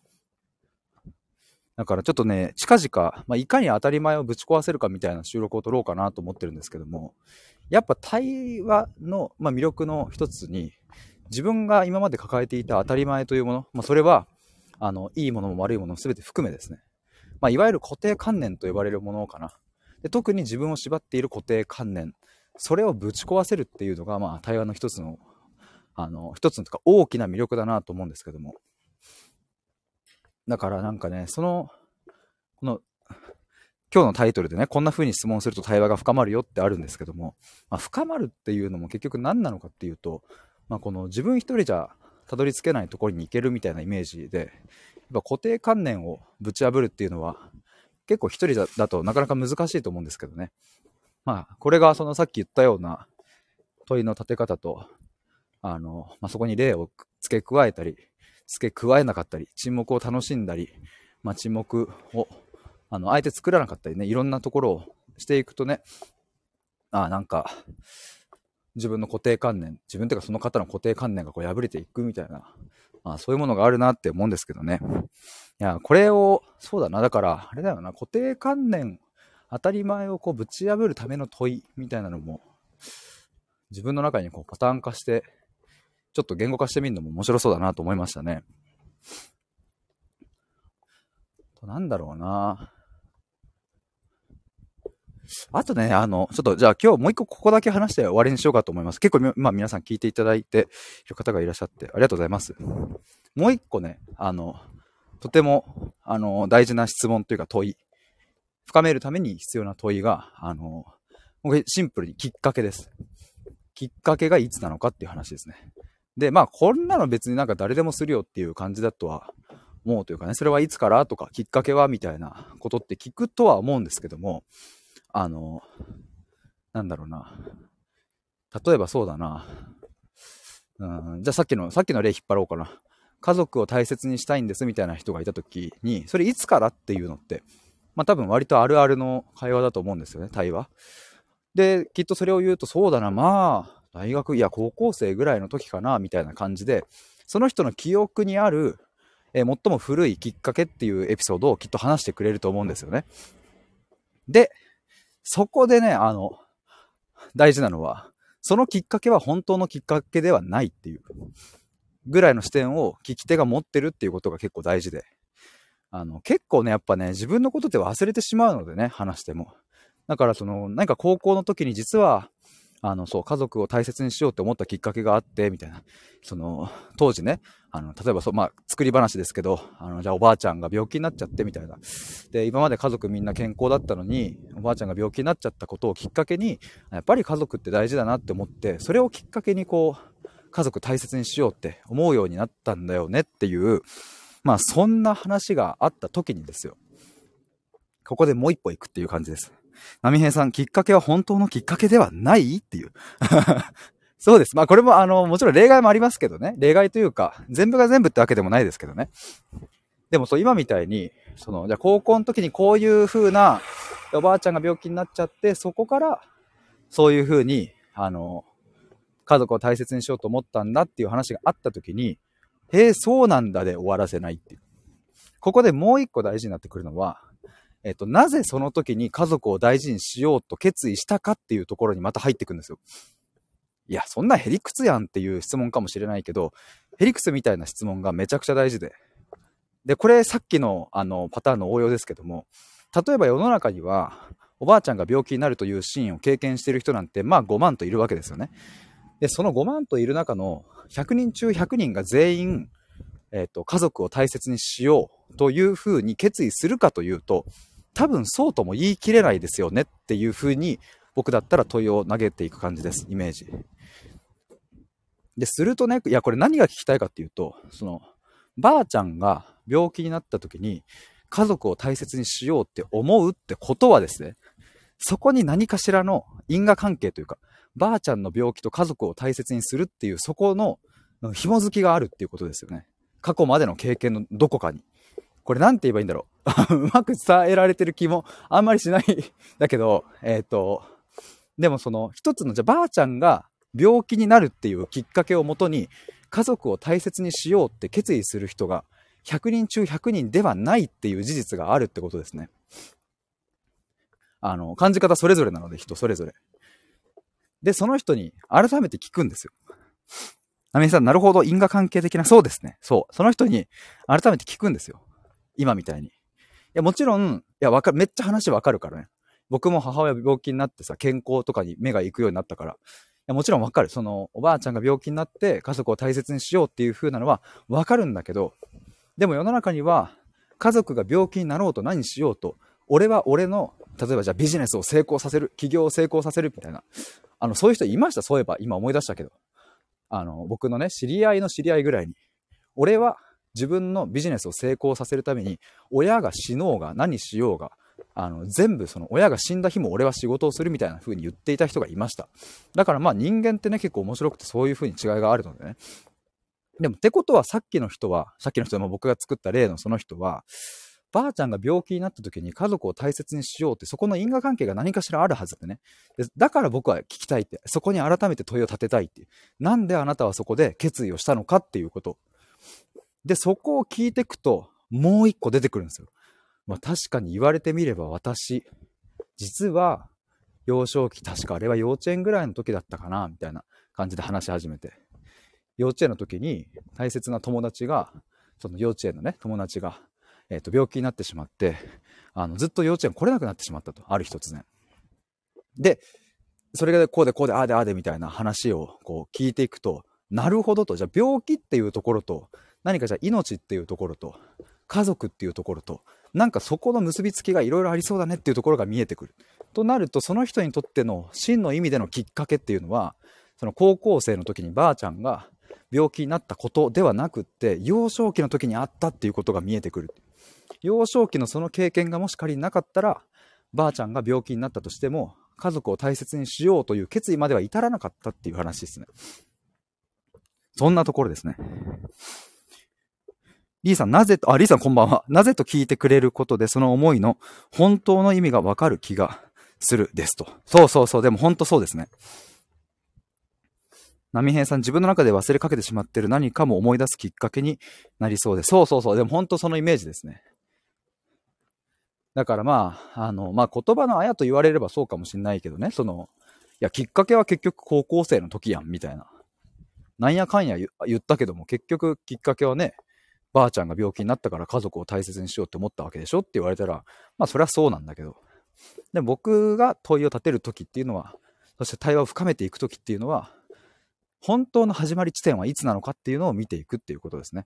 だからちょっとね、近々、まあ、いかに当たり前をぶち壊せるかみたいな収録を撮ろうかなと思ってるんですけども、やっぱ対話の、まあ、魅力の一つに、自分が今まで抱えていた当たり前というもの、まあ、それは、あの、いいものも悪いものも全て含めですね。まあ、いわゆる固定観念と呼ばれるものかな。で、特に自分を縛っている固定観念、それをぶち壊せるっていうのが、まあ、対話の一つの、あの、一つのとか大きな魅力だなと思うんですけども。だからなんかね、その、この、今日のタイトルでね、こんな風に質問すると対話が深まるよってあるんですけども、まあ、深まるっていうのも結局何なのかっていうと、まあ、この自分一人じゃたどり着けないところに行けるみたいなイメージで、やっぱ固定観念をぶち破るっていうのは、結構一人だだとなかなか難しいと思うんですけどね。まあ、これがそのさっき言ったような問いの立て方と、あの、まあ、そこに例を付け加えたり、付け加えなかったり、沈黙を楽しんだり、まあ、沈黙をあのあえて作らなかったりね、いろんなところをしていくとね、あなんか自分の固定観念、自分というかその方の固定観念がこう破れていくみたいな、まあ、そういうものがあるなって思うんですけどね。いや、これを、そうだな、だから、あれだよな、固定観念、当たり前をこうぶち破るための問いみたいなのも、自分の中にこうパターン化して、ちょっと言語化してみるのも面白そうだなと思いましたね。なんだろうな。あとね、あの、ちょっとじゃあ今日もう一個ここだけ話して終わりにしようかと思います。結構、まあ皆さん聞いていただいている方がいらっしゃってありがとうございます。もう一個ね、あの、とても、あの、大事な質問というか問い、深めるために必要な問いが、あの、シンプルにきっかけです。きっかけがいつなのかっていう話ですね。で、まあこんなの別になんか誰でもするよっていう感じだとは思うというかね、それはいつからとかきっかけはみたいなことって聞くとは思うんですけども、あの、なんだろうな。例えばそうだな。うん、じゃあさっきの、さっきの例引っ張ろうかな。 家族を大切にしたいんですみたいな人がいた時に、それいつからっていうのって、まあ多分割とあるあるの会話だと思うんですよね、対話。で、きっとそれを言うと、そうだな、まあ、大学、いや、高校生ぐらいの時かな、みたいな感じで、その人の記憶にある、えー最も古いきっかけっていうエピソードをきっと話してくれると思うんですよね。で、そこでね、あの、大事なのは、そのきっかけは本当のきっかけではないっていうぐらいの視点を聞き手が持ってるっていうことが結構大事で、あの、結構ね、やっぱね、自分のことって忘れてしまうのでね、話しても。だからその、何か高校の時に実は、あの、そう、家族を大切にしようって思ったきっかけがあって、みたいな。その、当時ね、あの、例えばそう、まあ、作り話ですけど、あの、じゃあおばあちゃんが病気になっちゃって、みたいな。で、今まで家族みんな健康だったのに、おばあちゃんが病気になっちゃったことをきっかけに、やっぱり家族って大事だなって思って、それをきっかけにこう、家族大切にしようって思うようになったんだよねっていう、まあ、そんな話があった時にですよ。ここでもう一歩行くっていう感じです。波平さん、きっかけは本当のきっかけではないっていう。そうです。まあこれもあの、もちろん例外もありますけどね。例外というか、全部が全部ってわけでもないですけどね。でもそう、今みたいに、その、じゃあ高校の時にこういう風な、おばあちゃんが病気になっちゃって、そこから、そういう風に、あの、家族を大切にしようと思ったんだっていう話があった時に、へえ、そうなんだで終わらせないっていう。ここでもう一個大事になってくるのは、えっと、なぜその時に家族を大事にしようと決意したかっていうところにまた入ってくるんですよ。いや、そんなへりくつやんっていう質問かもしれないけど、へりくつみたいな質問がめちゃくちゃ大事で。で、これさっきのあのパターンの応用ですけども、例えば世の中には、おばあちゃんが病気になるというシーンを経験している人なんて、まあごまんといるわけですよね。で、そのごまんといる中のひゃくにん中ひゃくにんが全員、えっと、家族を大切にしようというふうに決意するかというと、多分そうとも言い切れないですよねっていうふうに僕だったら問いを投げていく感じです。イメージでするとね、いやこれ何が聞きたいかっていうと、そのばあちゃんが病気になった時に家族を大切にしようって思うってことはですね、そこに何かしらの因果関係というか、ばあちゃんの病気と家族を大切にするっていうそこの紐づきがあるっていうことですよね。過去までの経験のどこかに。これなんて言えばいいんだろう。うまく伝えられてる気もあんまりしないだけど、えっと、でもその一つの、じゃあばあちゃんが病気になるっていうきっかけをもとに家族を大切にしようって決意する人がひゃくにん中ひゃくにんではないっていう事実があるってことですね。あの、感じ方それぞれなので人それぞれ。で、その人に改めて聞くんですよ。ナミさん、なるほど、因果関係的な、そうですね。そう。その人に改めて聞くんですよ。今みたいに。いや、もちろん、いや、わかる、めっちゃ話わかるからね。僕も母親病気になってさ、健康とかに目が行くようになったから。いや、もちろんわかる。その、おばあちゃんが病気になって家族を大切にしようっていう風なのはわかるんだけど、でも世の中には、家族が病気になろうと何しようと、俺は俺の、例えばじゃあビジネスを成功させる、起業を成功させるみたいな。あの、そういう人いました。そういえば、今思い出したけど。あの、僕のね、知り合いの知り合いぐらいに、俺は自分のビジネスを成功させるために、親が死のうが何しようが、あの、全部その親が死んだ日も俺は仕事をするみたいな風に言っていた人がいました。だからまあ人間ってね、結構面白くてそういう風に違いがあるのでね。でもってことはさっきの人は、さっきの人はもう僕が作った例のその人は、ばあちゃんが病気になった時に家族を大切にしようって、そこの因果関係が何かしらあるはずでね。でだから僕は聞きたいって、そこに改めて問いを立てたいっていう。なんであなたはそこで決意をしたのかっていうこと。で、そこを聞いていくと、もう一個出てくるんですよ。まあ確かに言われてみれば私、実は幼少期、確かあれは幼稚園ぐらいの時だったかな、みたいな感じで話し始めて。幼稚園の時に大切な友達が、その幼稚園のね、友達が、えっと、病気になってしまって、あの、ずっと幼稚園来れなくなってしまったと。ある日突然。で、それがこうでこうでああでああでみたいな話をこう聞いていくと、なるほどと、じゃあ病気っていうところと、何かじゃあ命っていうところと、家族っていうところと、なんかそこの結びつきがいろいろありそうだねっていうところが見えてくる。となると、その人にとっての真の意味でのきっかけっていうのは、その高校生の時にばあちゃんが病気になったことではなくって、幼少期の時にあったっていうことが見えてくる。幼少期のその経験がもし仮になかったら、ばあちゃんが病気になったとしても家族を大切にしようという決意までは至らなかったっていう話ですね。そんなところですね。 リーさん、なぜと、あ、リーさんこんばんは。なぜと聞いてくれることで、その思いの本当の意味がわかる気がするですと。そうそうそう、でも本当そうですね。波平さん、自分の中で忘れかけてしまっている何かも思い出すきっかけになりそうです。そうそうそう、でも本当そのイメージですね。だからまあ、あの、まあ言葉のあやと言われればそうかもしれないけどね、その、いや、きっかけは結局高校生の時やん、みたいな。なんやかんや言言ったけども、結局きっかけはね、ばあちゃんが病気になったから家族を大切にしようって思ったわけでしょって言われたら、まあそれはそうなんだけど。で、僕が問いを立てる時っていうのは、そして対話を深めていく時っていうのは、本当の始まり地点はいつなのかっていうのを見ていくっていうことですね。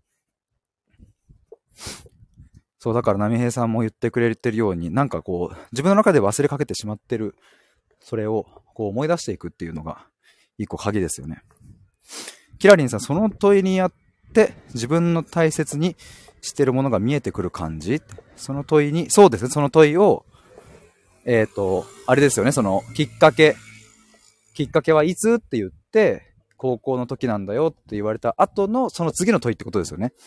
そう、だから波平さんも言ってくれてるように、なんかこう、自分の中で忘れかけてしまってる、それをこう思い出していくっていうのが、一個鍵ですよね。キラリンさん、その問いによって自分の大切にしてるものが見えてくる感じ。その問いに、そうですね、その問いを、えっと、あれですよね、その、きっかけ、きっかけはいつって言って、高校の時なんだよって言われた後の、その次の問いってことですよね。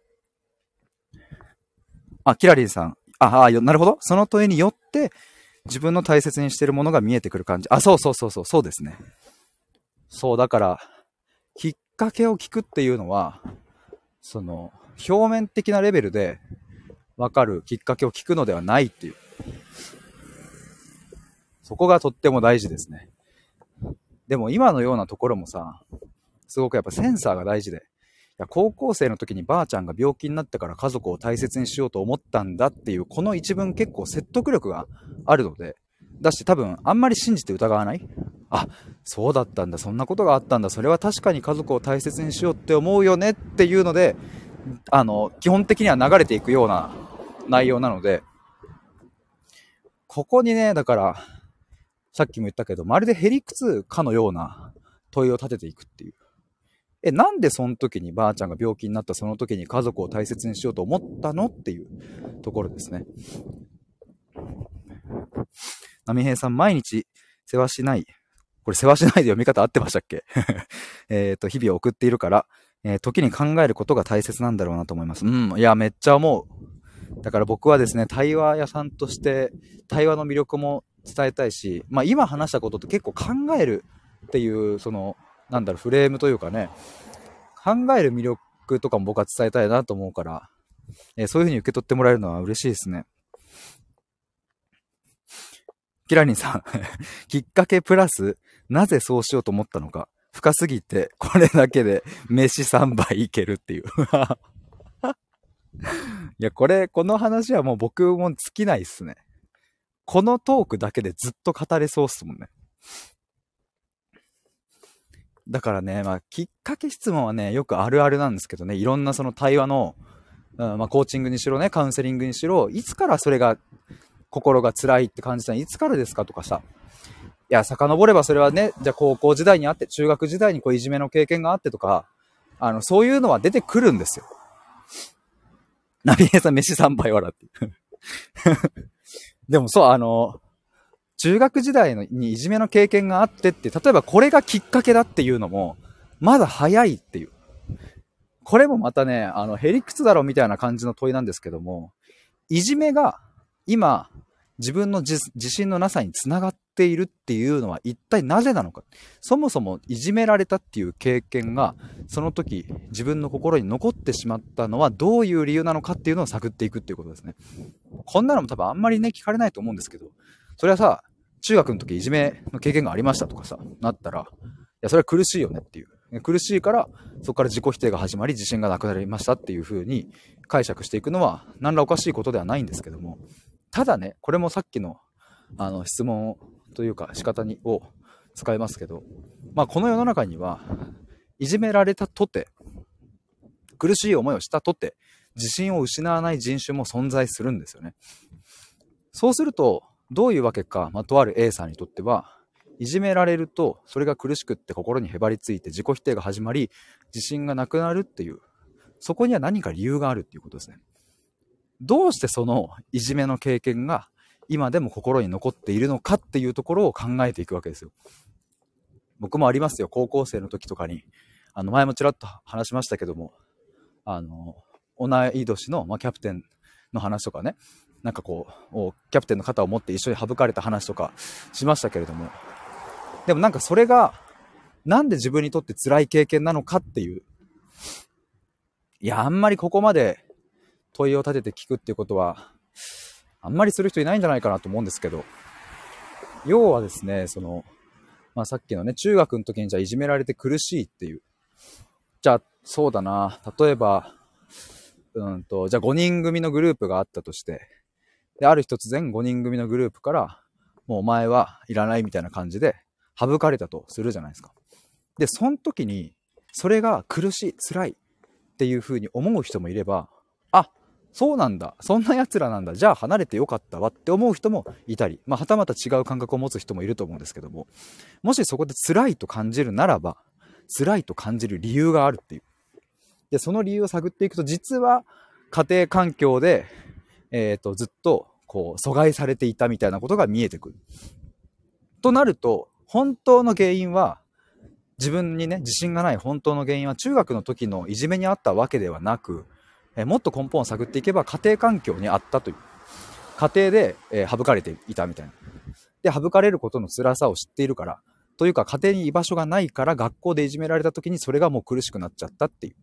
あ、キラリンさん。ああ、なるほど。その問いによって、自分の大切にしているものが見えてくる感じ。あ、そうそうそうそう、そうですね。そう、だから、きっかけを聞くっていうのは、その、表面的なレベルで分かるきっかけを聞くのではないっていう。そこがとっても大事ですね。でも今のようなところもさ、すごくやっぱセンサーが大事で、いや高校生の時にばあちゃんが病気になってから家族を大切にしようと思ったんだっていうこの一文結構説得力があるので、だし多分あんまり信じて疑わない。あ、そうだったんだ、そんなことがあったんだ、それは確かに家族を大切にしようって思うよねっていうので、あの基本的には流れていくような内容なので、ここにね、だからさっきも言ったけど、まるでへりくつかのような問いを立てていくっていう。え、なんでその時にばあちゃんが病気になったその時に家族を大切にしようと思ったのっていうところですね。波平さん、毎日世話しない。これ世話しないで読み方合ってましたっけえっと、日々を送っているから、えー、時に考えることが大切なんだろうなと思います。うん、いや、めっちゃ思う。だから僕はですね、対話屋さんとして対話の魅力も伝えたいし、まあ今話したことって結構考えるっていう、その、なんだろう、フレームというかね、考える魅力とかも僕は伝えたいなと思うから、えー、そういう風に受け取ってもらえるのは嬉しいですね。キラリンさん、きっかけプラス、なぜそうしようと思ったのか、深すぎて、これだけで飯さんばいいけるっていう。いや、これ、この話はもう僕も尽きないっすね。このトークだけでずっと語れそうっすもんね。だからね、まあ、きっかけ質問はね、よくあるあるなんですけどね、いろんなその対話の、うん、まあ、コーチングにしろね、カウンセリングにしろ、いつからそれが、心が辛いって感じたのいつからですかとかさ、いや、遡ればそれはね、じゃあ高校時代にあって、中学時代にこういじめの経験があってとか、あの、そういうのは出てくるんですよ。ナビゲーさん、飯さんばい笑って。でもそう、あの、中学時代にいじめの経験があってって、例えばこれがきっかけだっていうのも、まだ早いっていう。これもまたね、あの、へりくつだろみたいな感じの問いなんですけども、いじめが今、自分の自信のなさにつながっているっていうのは一体なぜなのか。そもそもいじめられたっていう経験が、その時自分の心に残ってしまったのはどういう理由なのかっていうのを探っていくっていうことですね。こんなのも多分あんまりね、聞かれないと思うんですけど、それはさ、中学の時いじめの経験がありましたとかさ、なったら、いや、それは苦しいよねっていう。苦しいから、そこから自己否定が始まり、自信がなくなりましたっていう風に解釈していくのは、何らおかしいことではないんですけども、ただね、これもさっきの、あの、質問というか仕方にを使いますけど、まあ、この世の中には、いじめられたとて、苦しい思いをしたとて、自信を失わない人種も存在するんですよね。そうすると、どういうわけか、まあ、とある A さんにとっては、いじめられると、それが苦しくって心にへばりついて自己否定が始まり、自信がなくなるっていう、そこには何か理由があるっていうことですね。どうしてそのいじめの経験が今でも心に残っているのかっていうところを考えていくわけですよ。僕もありますよ。高校生の時とかに、あの前もちらっと話しましたけども、あの同い年の、まあ、キャプテンの話とかね、なんかこうキャプテンの肩を持って一緒に省かれた話とかしましたけれども、でもなんかそれがなんで自分にとって辛い経験なのかっていう、いやあんまりここまで問いを立てて聞くっていうことはあんまりする人いないんじゃないかなと思うんですけど、要はですね、その、まあ、さっきのね、中学の時にじゃあいじめられて苦しいっていう、じゃあそうだな、例えばうんとじゃあごにん組のグループがあったとして、である日突然ごにん組のグループからもうお前はいらないみたいな感じで省かれたとするじゃないですか。でその時にそれが苦しい辛いっていう風に思う人もいれば、あ、そうなんだ、そんな奴らなんだ、じゃあ離れてよかったわって思う人もいたり、まあ、はたまた違う感覚を持つ人もいると思うんですけども、もしそこで辛いと感じるならば、辛いと感じる理由があるっていう。でその理由を探っていくと、実は家庭環境で、えーと、ずっとこう阻害されていたみたいなことが見えてくるとなると、本当の原因は自分にね自信がない本当の原因は中学の時のいじめにあったわけではなく、えもっと根本を探っていけば家庭環境にあったという、家庭で、えー省かれていたみたいな。で省かれることの辛さを知っているから、というか家庭に居場所がないから学校でいじめられた時にそれがもう苦しくなっちゃったっていう、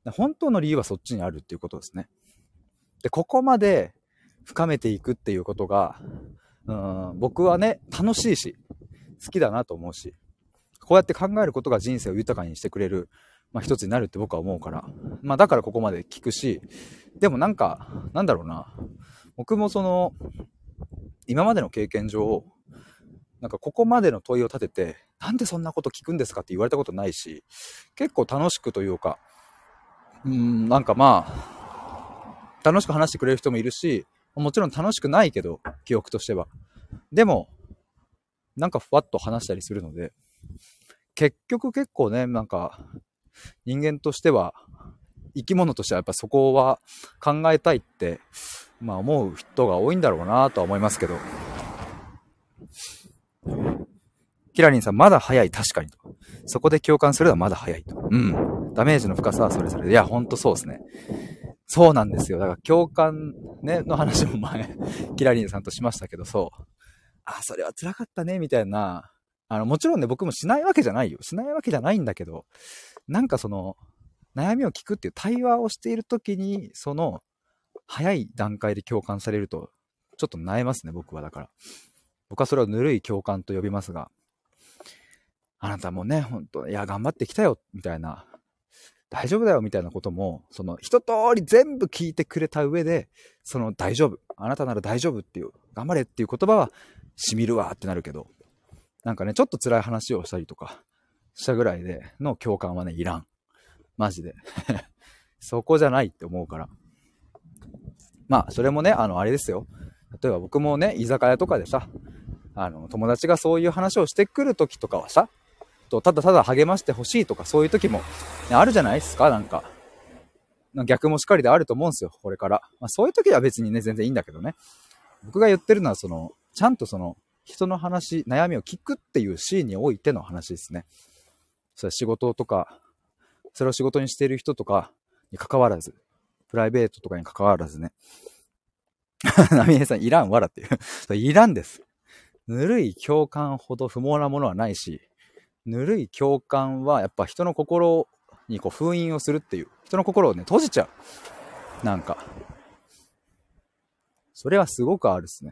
本当の理由はそっちにあるっていうことですね。でここまで深めていくっていうことが、うーん僕はね楽しいし好きだなと思うし、こうやって考えることが人生を豊かにしてくれる、まあ、一つになるって僕は思うから、まあ、だからここまで聞くし、でもなんかなんだろうな、僕もその今までの経験上、なんかここまでの問いを立ててなんでそんなこと聞くんですかって言われたことないし、結構楽しくというか、うーんなんかまあ楽しく話してくれる人もいるし、もちろん楽しくないけど記憶としては、でもなんかふわっと話したりするので、結局結構ね、なんか人間としては、生き物としてはやっぱそこは考えたいって、まあ思う人が多いんだろうなとは思いますけど。キラリンさん、まだ早い、確かにと。そこで共感するのはまだ早いと。うん。ダメージの深さはそれぞれで。いや、ほんとそうですね。そうなんですよ。だから共感ね、の話も前、キラリンさんとしましたけど、そう。あ、それは辛かったね、みたいな。あの、もちろんね、僕もしないわけじゃないよ。しないわけじゃないんだけど、なんかその、悩みを聞くっていう対話をしているときに、その、早い段階で共感されると、ちょっと萎えますね、僕は。だから。僕はそれをぬるい共感と呼びますが、あなたもね、本当いや、頑張ってきたよ、みたいな。大丈夫だよ、みたいなことも、その、一通り全部聞いてくれた上で、その、大丈夫。あなたなら大丈夫っていう、頑張れっていう言葉は、しみるわってなるけど、なんかね、ちょっと辛い話をしたりとか、したぐらいでの共感はね、いらん。マジで。そこじゃないって思うから。まあ、それもね、あの、あれですよ。例えば僕もね、居酒屋とかでさ、あの、友達がそういう話をしてくるときとかはさ、とただただ励ましてほしいとか、そういう時も、ね、あるじゃないですか、なんか。逆もしかりであると思うんですよ、これから。まあ、そういう時は別にね、全然いいんだけどね。僕が言ってるのは、その、ちゃんとその、人の話、悩みを聞くっていうシーンにおいての話ですね。それは仕事とか、それを仕事にしている人とかに関わらず、プライベートとかに関わらずね。ナミエさん、いらん、わらっていう。いらんです。ぬるい共感ほど不毛なものはないし、ぬるい共感はやっぱ人の心にこう封印をするっていう、人の心をね、閉じちゃう。なんか。それはすごくあるっすね。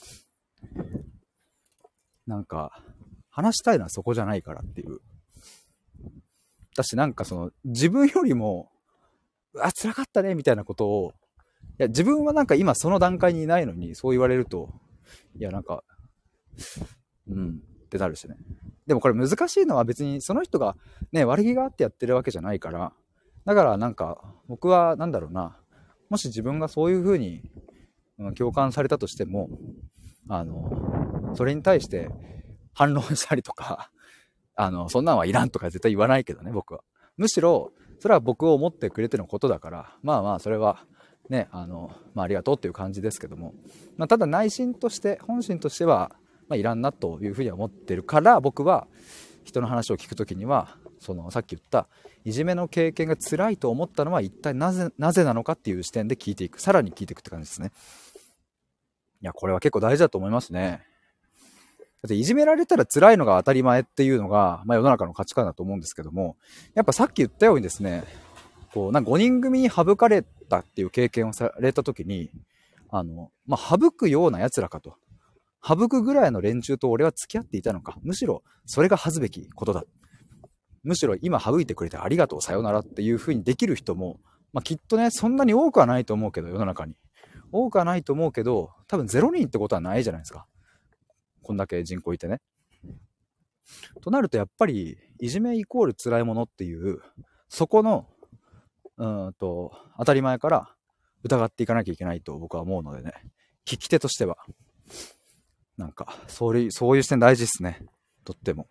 なんか、話したいのはそこじゃないからっていう。私なんかその、自分よりも、あ、辛かったね、みたいなことを、いや、自分はなんか今その段階にいないのに、そう言われると、いや、なんか、うん、ってなるしね。でもこれ難しいのは別にその人がね、悪気があってやってるわけじゃないから、だからなんか、僕はなんだろうな、もし自分がそういう風に、うん、共感されたとしても、あの、それに対して反論したりとか、あの、そんなんはいらんとか絶対言わないけどね、僕は。むしろ、それは僕を思ってくれてのことだから、まあまあ、それは、ね、あの、まあ、ありがとうっていう感じですけども、まあ、ただ内心として、本心としては、まあ、いらんなというふうには思ってるから、僕は人の話を聞くときには、 そのさっき言ったいじめの経験が辛いと思ったのは一体なぜなぜなのかっていう視点で聞いていく、さらに聞いていくって感じですね。いや、これは結構大事だと思いますね。だっていじめられたら辛いのが当たり前っていうのが、まあ、世の中の価値観だと思うんですけども、やっぱさっき言ったようにですね、こうなんかごにん組に省かれたっていう経験をされた時に、あの、まあ、省くような奴らかと。省くぐらいの連中と俺は付き合っていたのか。むしろそれが恥ずべきことだ。むしろ今省いてくれてありがとう、さよならっていう風にできる人も、まあ、きっとね、そんなに多くはないと思うけど、世の中に。多くはないと思うけど、多分ゼロにんってことはないじゃないですか。こんだけ人口いてね。となるとやっぱり、いじめイコール辛いものっていう、そこの、うーんと、当たり前から疑っていかなきゃいけないと僕は思うのでね。聞き手としては。なんか、そういう、そういう視点大事ですね。とっても。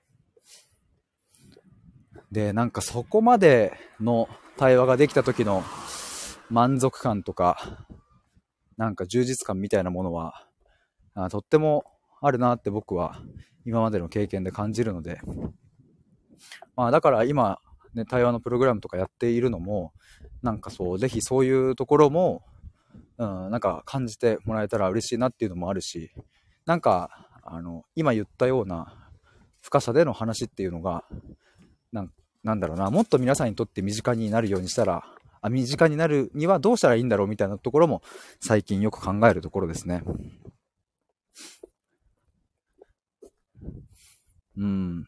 で、なんかそこまでの対話ができた時の満足感とか、なんか充実感みたいなものは、あとってもあるなって僕は今までの経験で感じるので、まあだから今、ね、対話のプログラムとかやっているのも、なんかそう、ぜひそういうところも、うん、なんか感じてもらえたら嬉しいなっていうのもあるし、なんか、あの、今言ったような深さでの話っていうのが、なん、なんだろうな、もっと皆さんにとって身近になるようにしたら、あ、身近になるにはどうしたらいいんだろうみたいなところも最近よく考えるところですね。うん、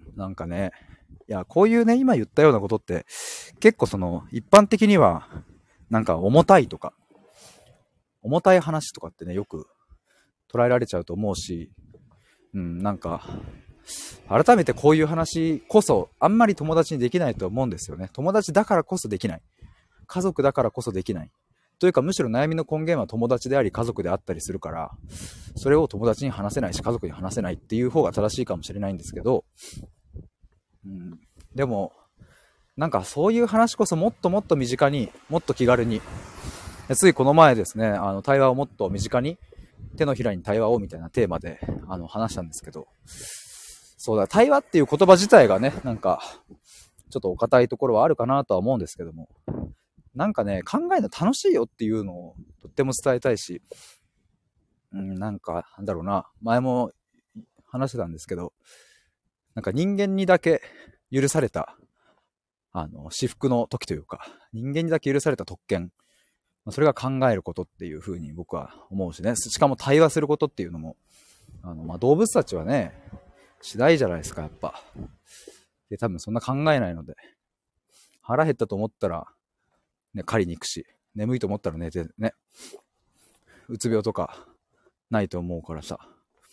なんかね、いや、こういうね、今言ったようなことって、結構その、一般的には、なんか重たいとか、重たい話とかってね、よく捉えられちゃうと思うし、うん、なんか、改めてこういう話こそ、あんまり友達にできないと思うんですよね。友達だからこそできない。家族だからこそできない。というか、むしろ悩みの根源は友達であり家族であったりするから、それを友達に話せないし、家族に話せないっていう方が正しいかもしれないんですけど、うん、でも、なんかそういう話こそもっともっと身近に、もっと気軽に、ついこの前ですね、あの対話をもっと身近に、手のひらに対話をみたいなテーマであの話したんですけど、そうだ、対話っていう言葉自体がね、なんか、ちょっとお堅いところはあるかなとは思うんですけども、なんかね、考えるの楽しいよっていうのをとっても伝えたいし、うん、なんか、なんだろうな、前も話してたんですけど、なんか人間にだけ許された、あの、至福の時というか、人間にだけ許された特権、それが考えることっていう風に僕は思うしね、しかも対話することっていうのも、あの、まあ、動物たちはね、次第じゃないですか、やっぱ。で、多分そんな考えないので、腹減ったと思ったら、ね、狩りに行くし、眠いと思ったら寝てね、うつ病とかないと思うからさ。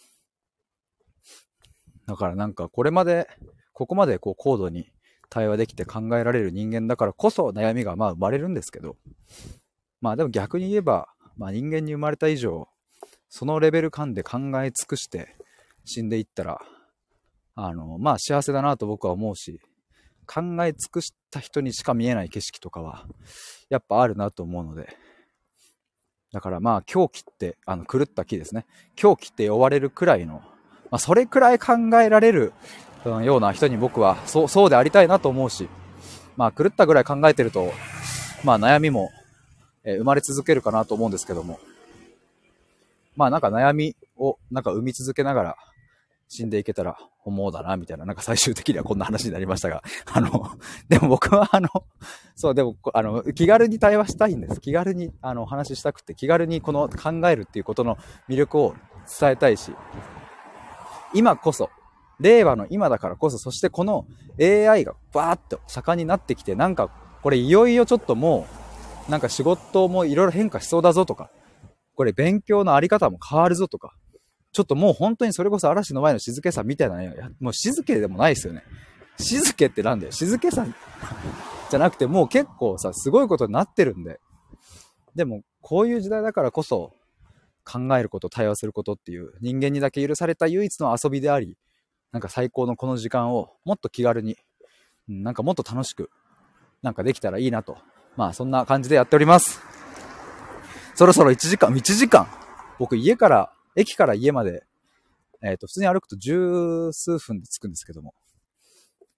だからなんかこれまで、ここまでこう高度に対話できて考えられる人間だからこそ悩みがまあ生まれるんですけど、まあでも逆に言えば、まあ人間に生まれた以上、そのレベル感で考え尽くして死んでいったら、あの、まあ幸せだなと僕は思うし、考え尽くした人にしか見えない景色とかは、やっぱあるなと思うので、だからまあ狂気って、あの狂った木ですね。狂気って呼ばれるくらいの、まあそれくらい考えられるような人に僕はそう、そうでありたいなと思うし、まあ狂ったぐらい考えてると、まあ悩みも、えー生まれ続けるかなと思うんですけども、まあなんか悩みをなんか生み続けながら死んでいけたら思うだなみたいな、なんか最終的にはこんな話になりましたが、あの、でも僕はあの、そう、でもあの気軽に対話したいんです。気軽にあのお話ししたくて、気軽にこの考えるっていうことの魅力を伝えたいし、今こそ、令和の今だからこそ、そしてこの エーアイ がバーッと盛んになってきて、なんかこれいよいよちょっともうなんか仕事もいろいろ変化しそうだぞとか、これ勉強のあり方も変わるぞとか、ちょっともう本当にそれこそ嵐の前の静けさみたいなね、もう静けでもないですよね。静けってなんだよ。静けさじゃなくて、もう結構さ、すごいことになってるんで。でも、こういう時代だからこそ、考えること、対話することっていう、人間にだけ許された唯一の遊びであり、なんか最高のこの時間をもっと気軽に、なんかもっと楽しく、なんかできたらいいなと。まあ、そんな感じでやっております。そろそろいちじかん、いちじかん。僕、家から、駅から家まで、えっと、普通に歩くと十数分で着くんですけども、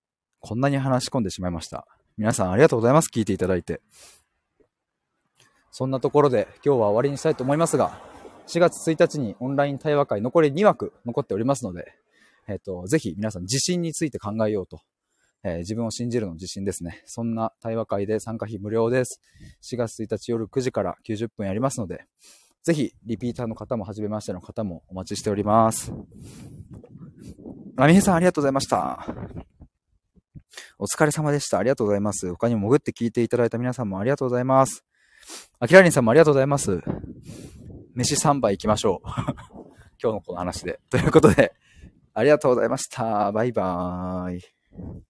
こんなに話し込んでしまいました。皆さんありがとうございます。聞いていただいて。そんなところで今日は終わりにしたいと思いますが、しがつついたちにオンライン対話会残りにわく残っておりますので、えっと、ぜひ皆さん自信について考えようと、えー、自分を信じるの自信ですね。そんな対話会で参加費無料です。しがつついたち夜くじからきゅうじゅっぷんやりますので、ぜひリピーターの方も初めましての方もお待ちしております。ラミヘさんありがとうございました。お疲れ様でした。ありがとうございます。他にも潜って聞いていただいた皆さんもありがとうございます。あきらりんさんもありがとうございます。飯さんばい行きましょう。今日のこの話で。ということで、ありがとうございました。バイバーイ。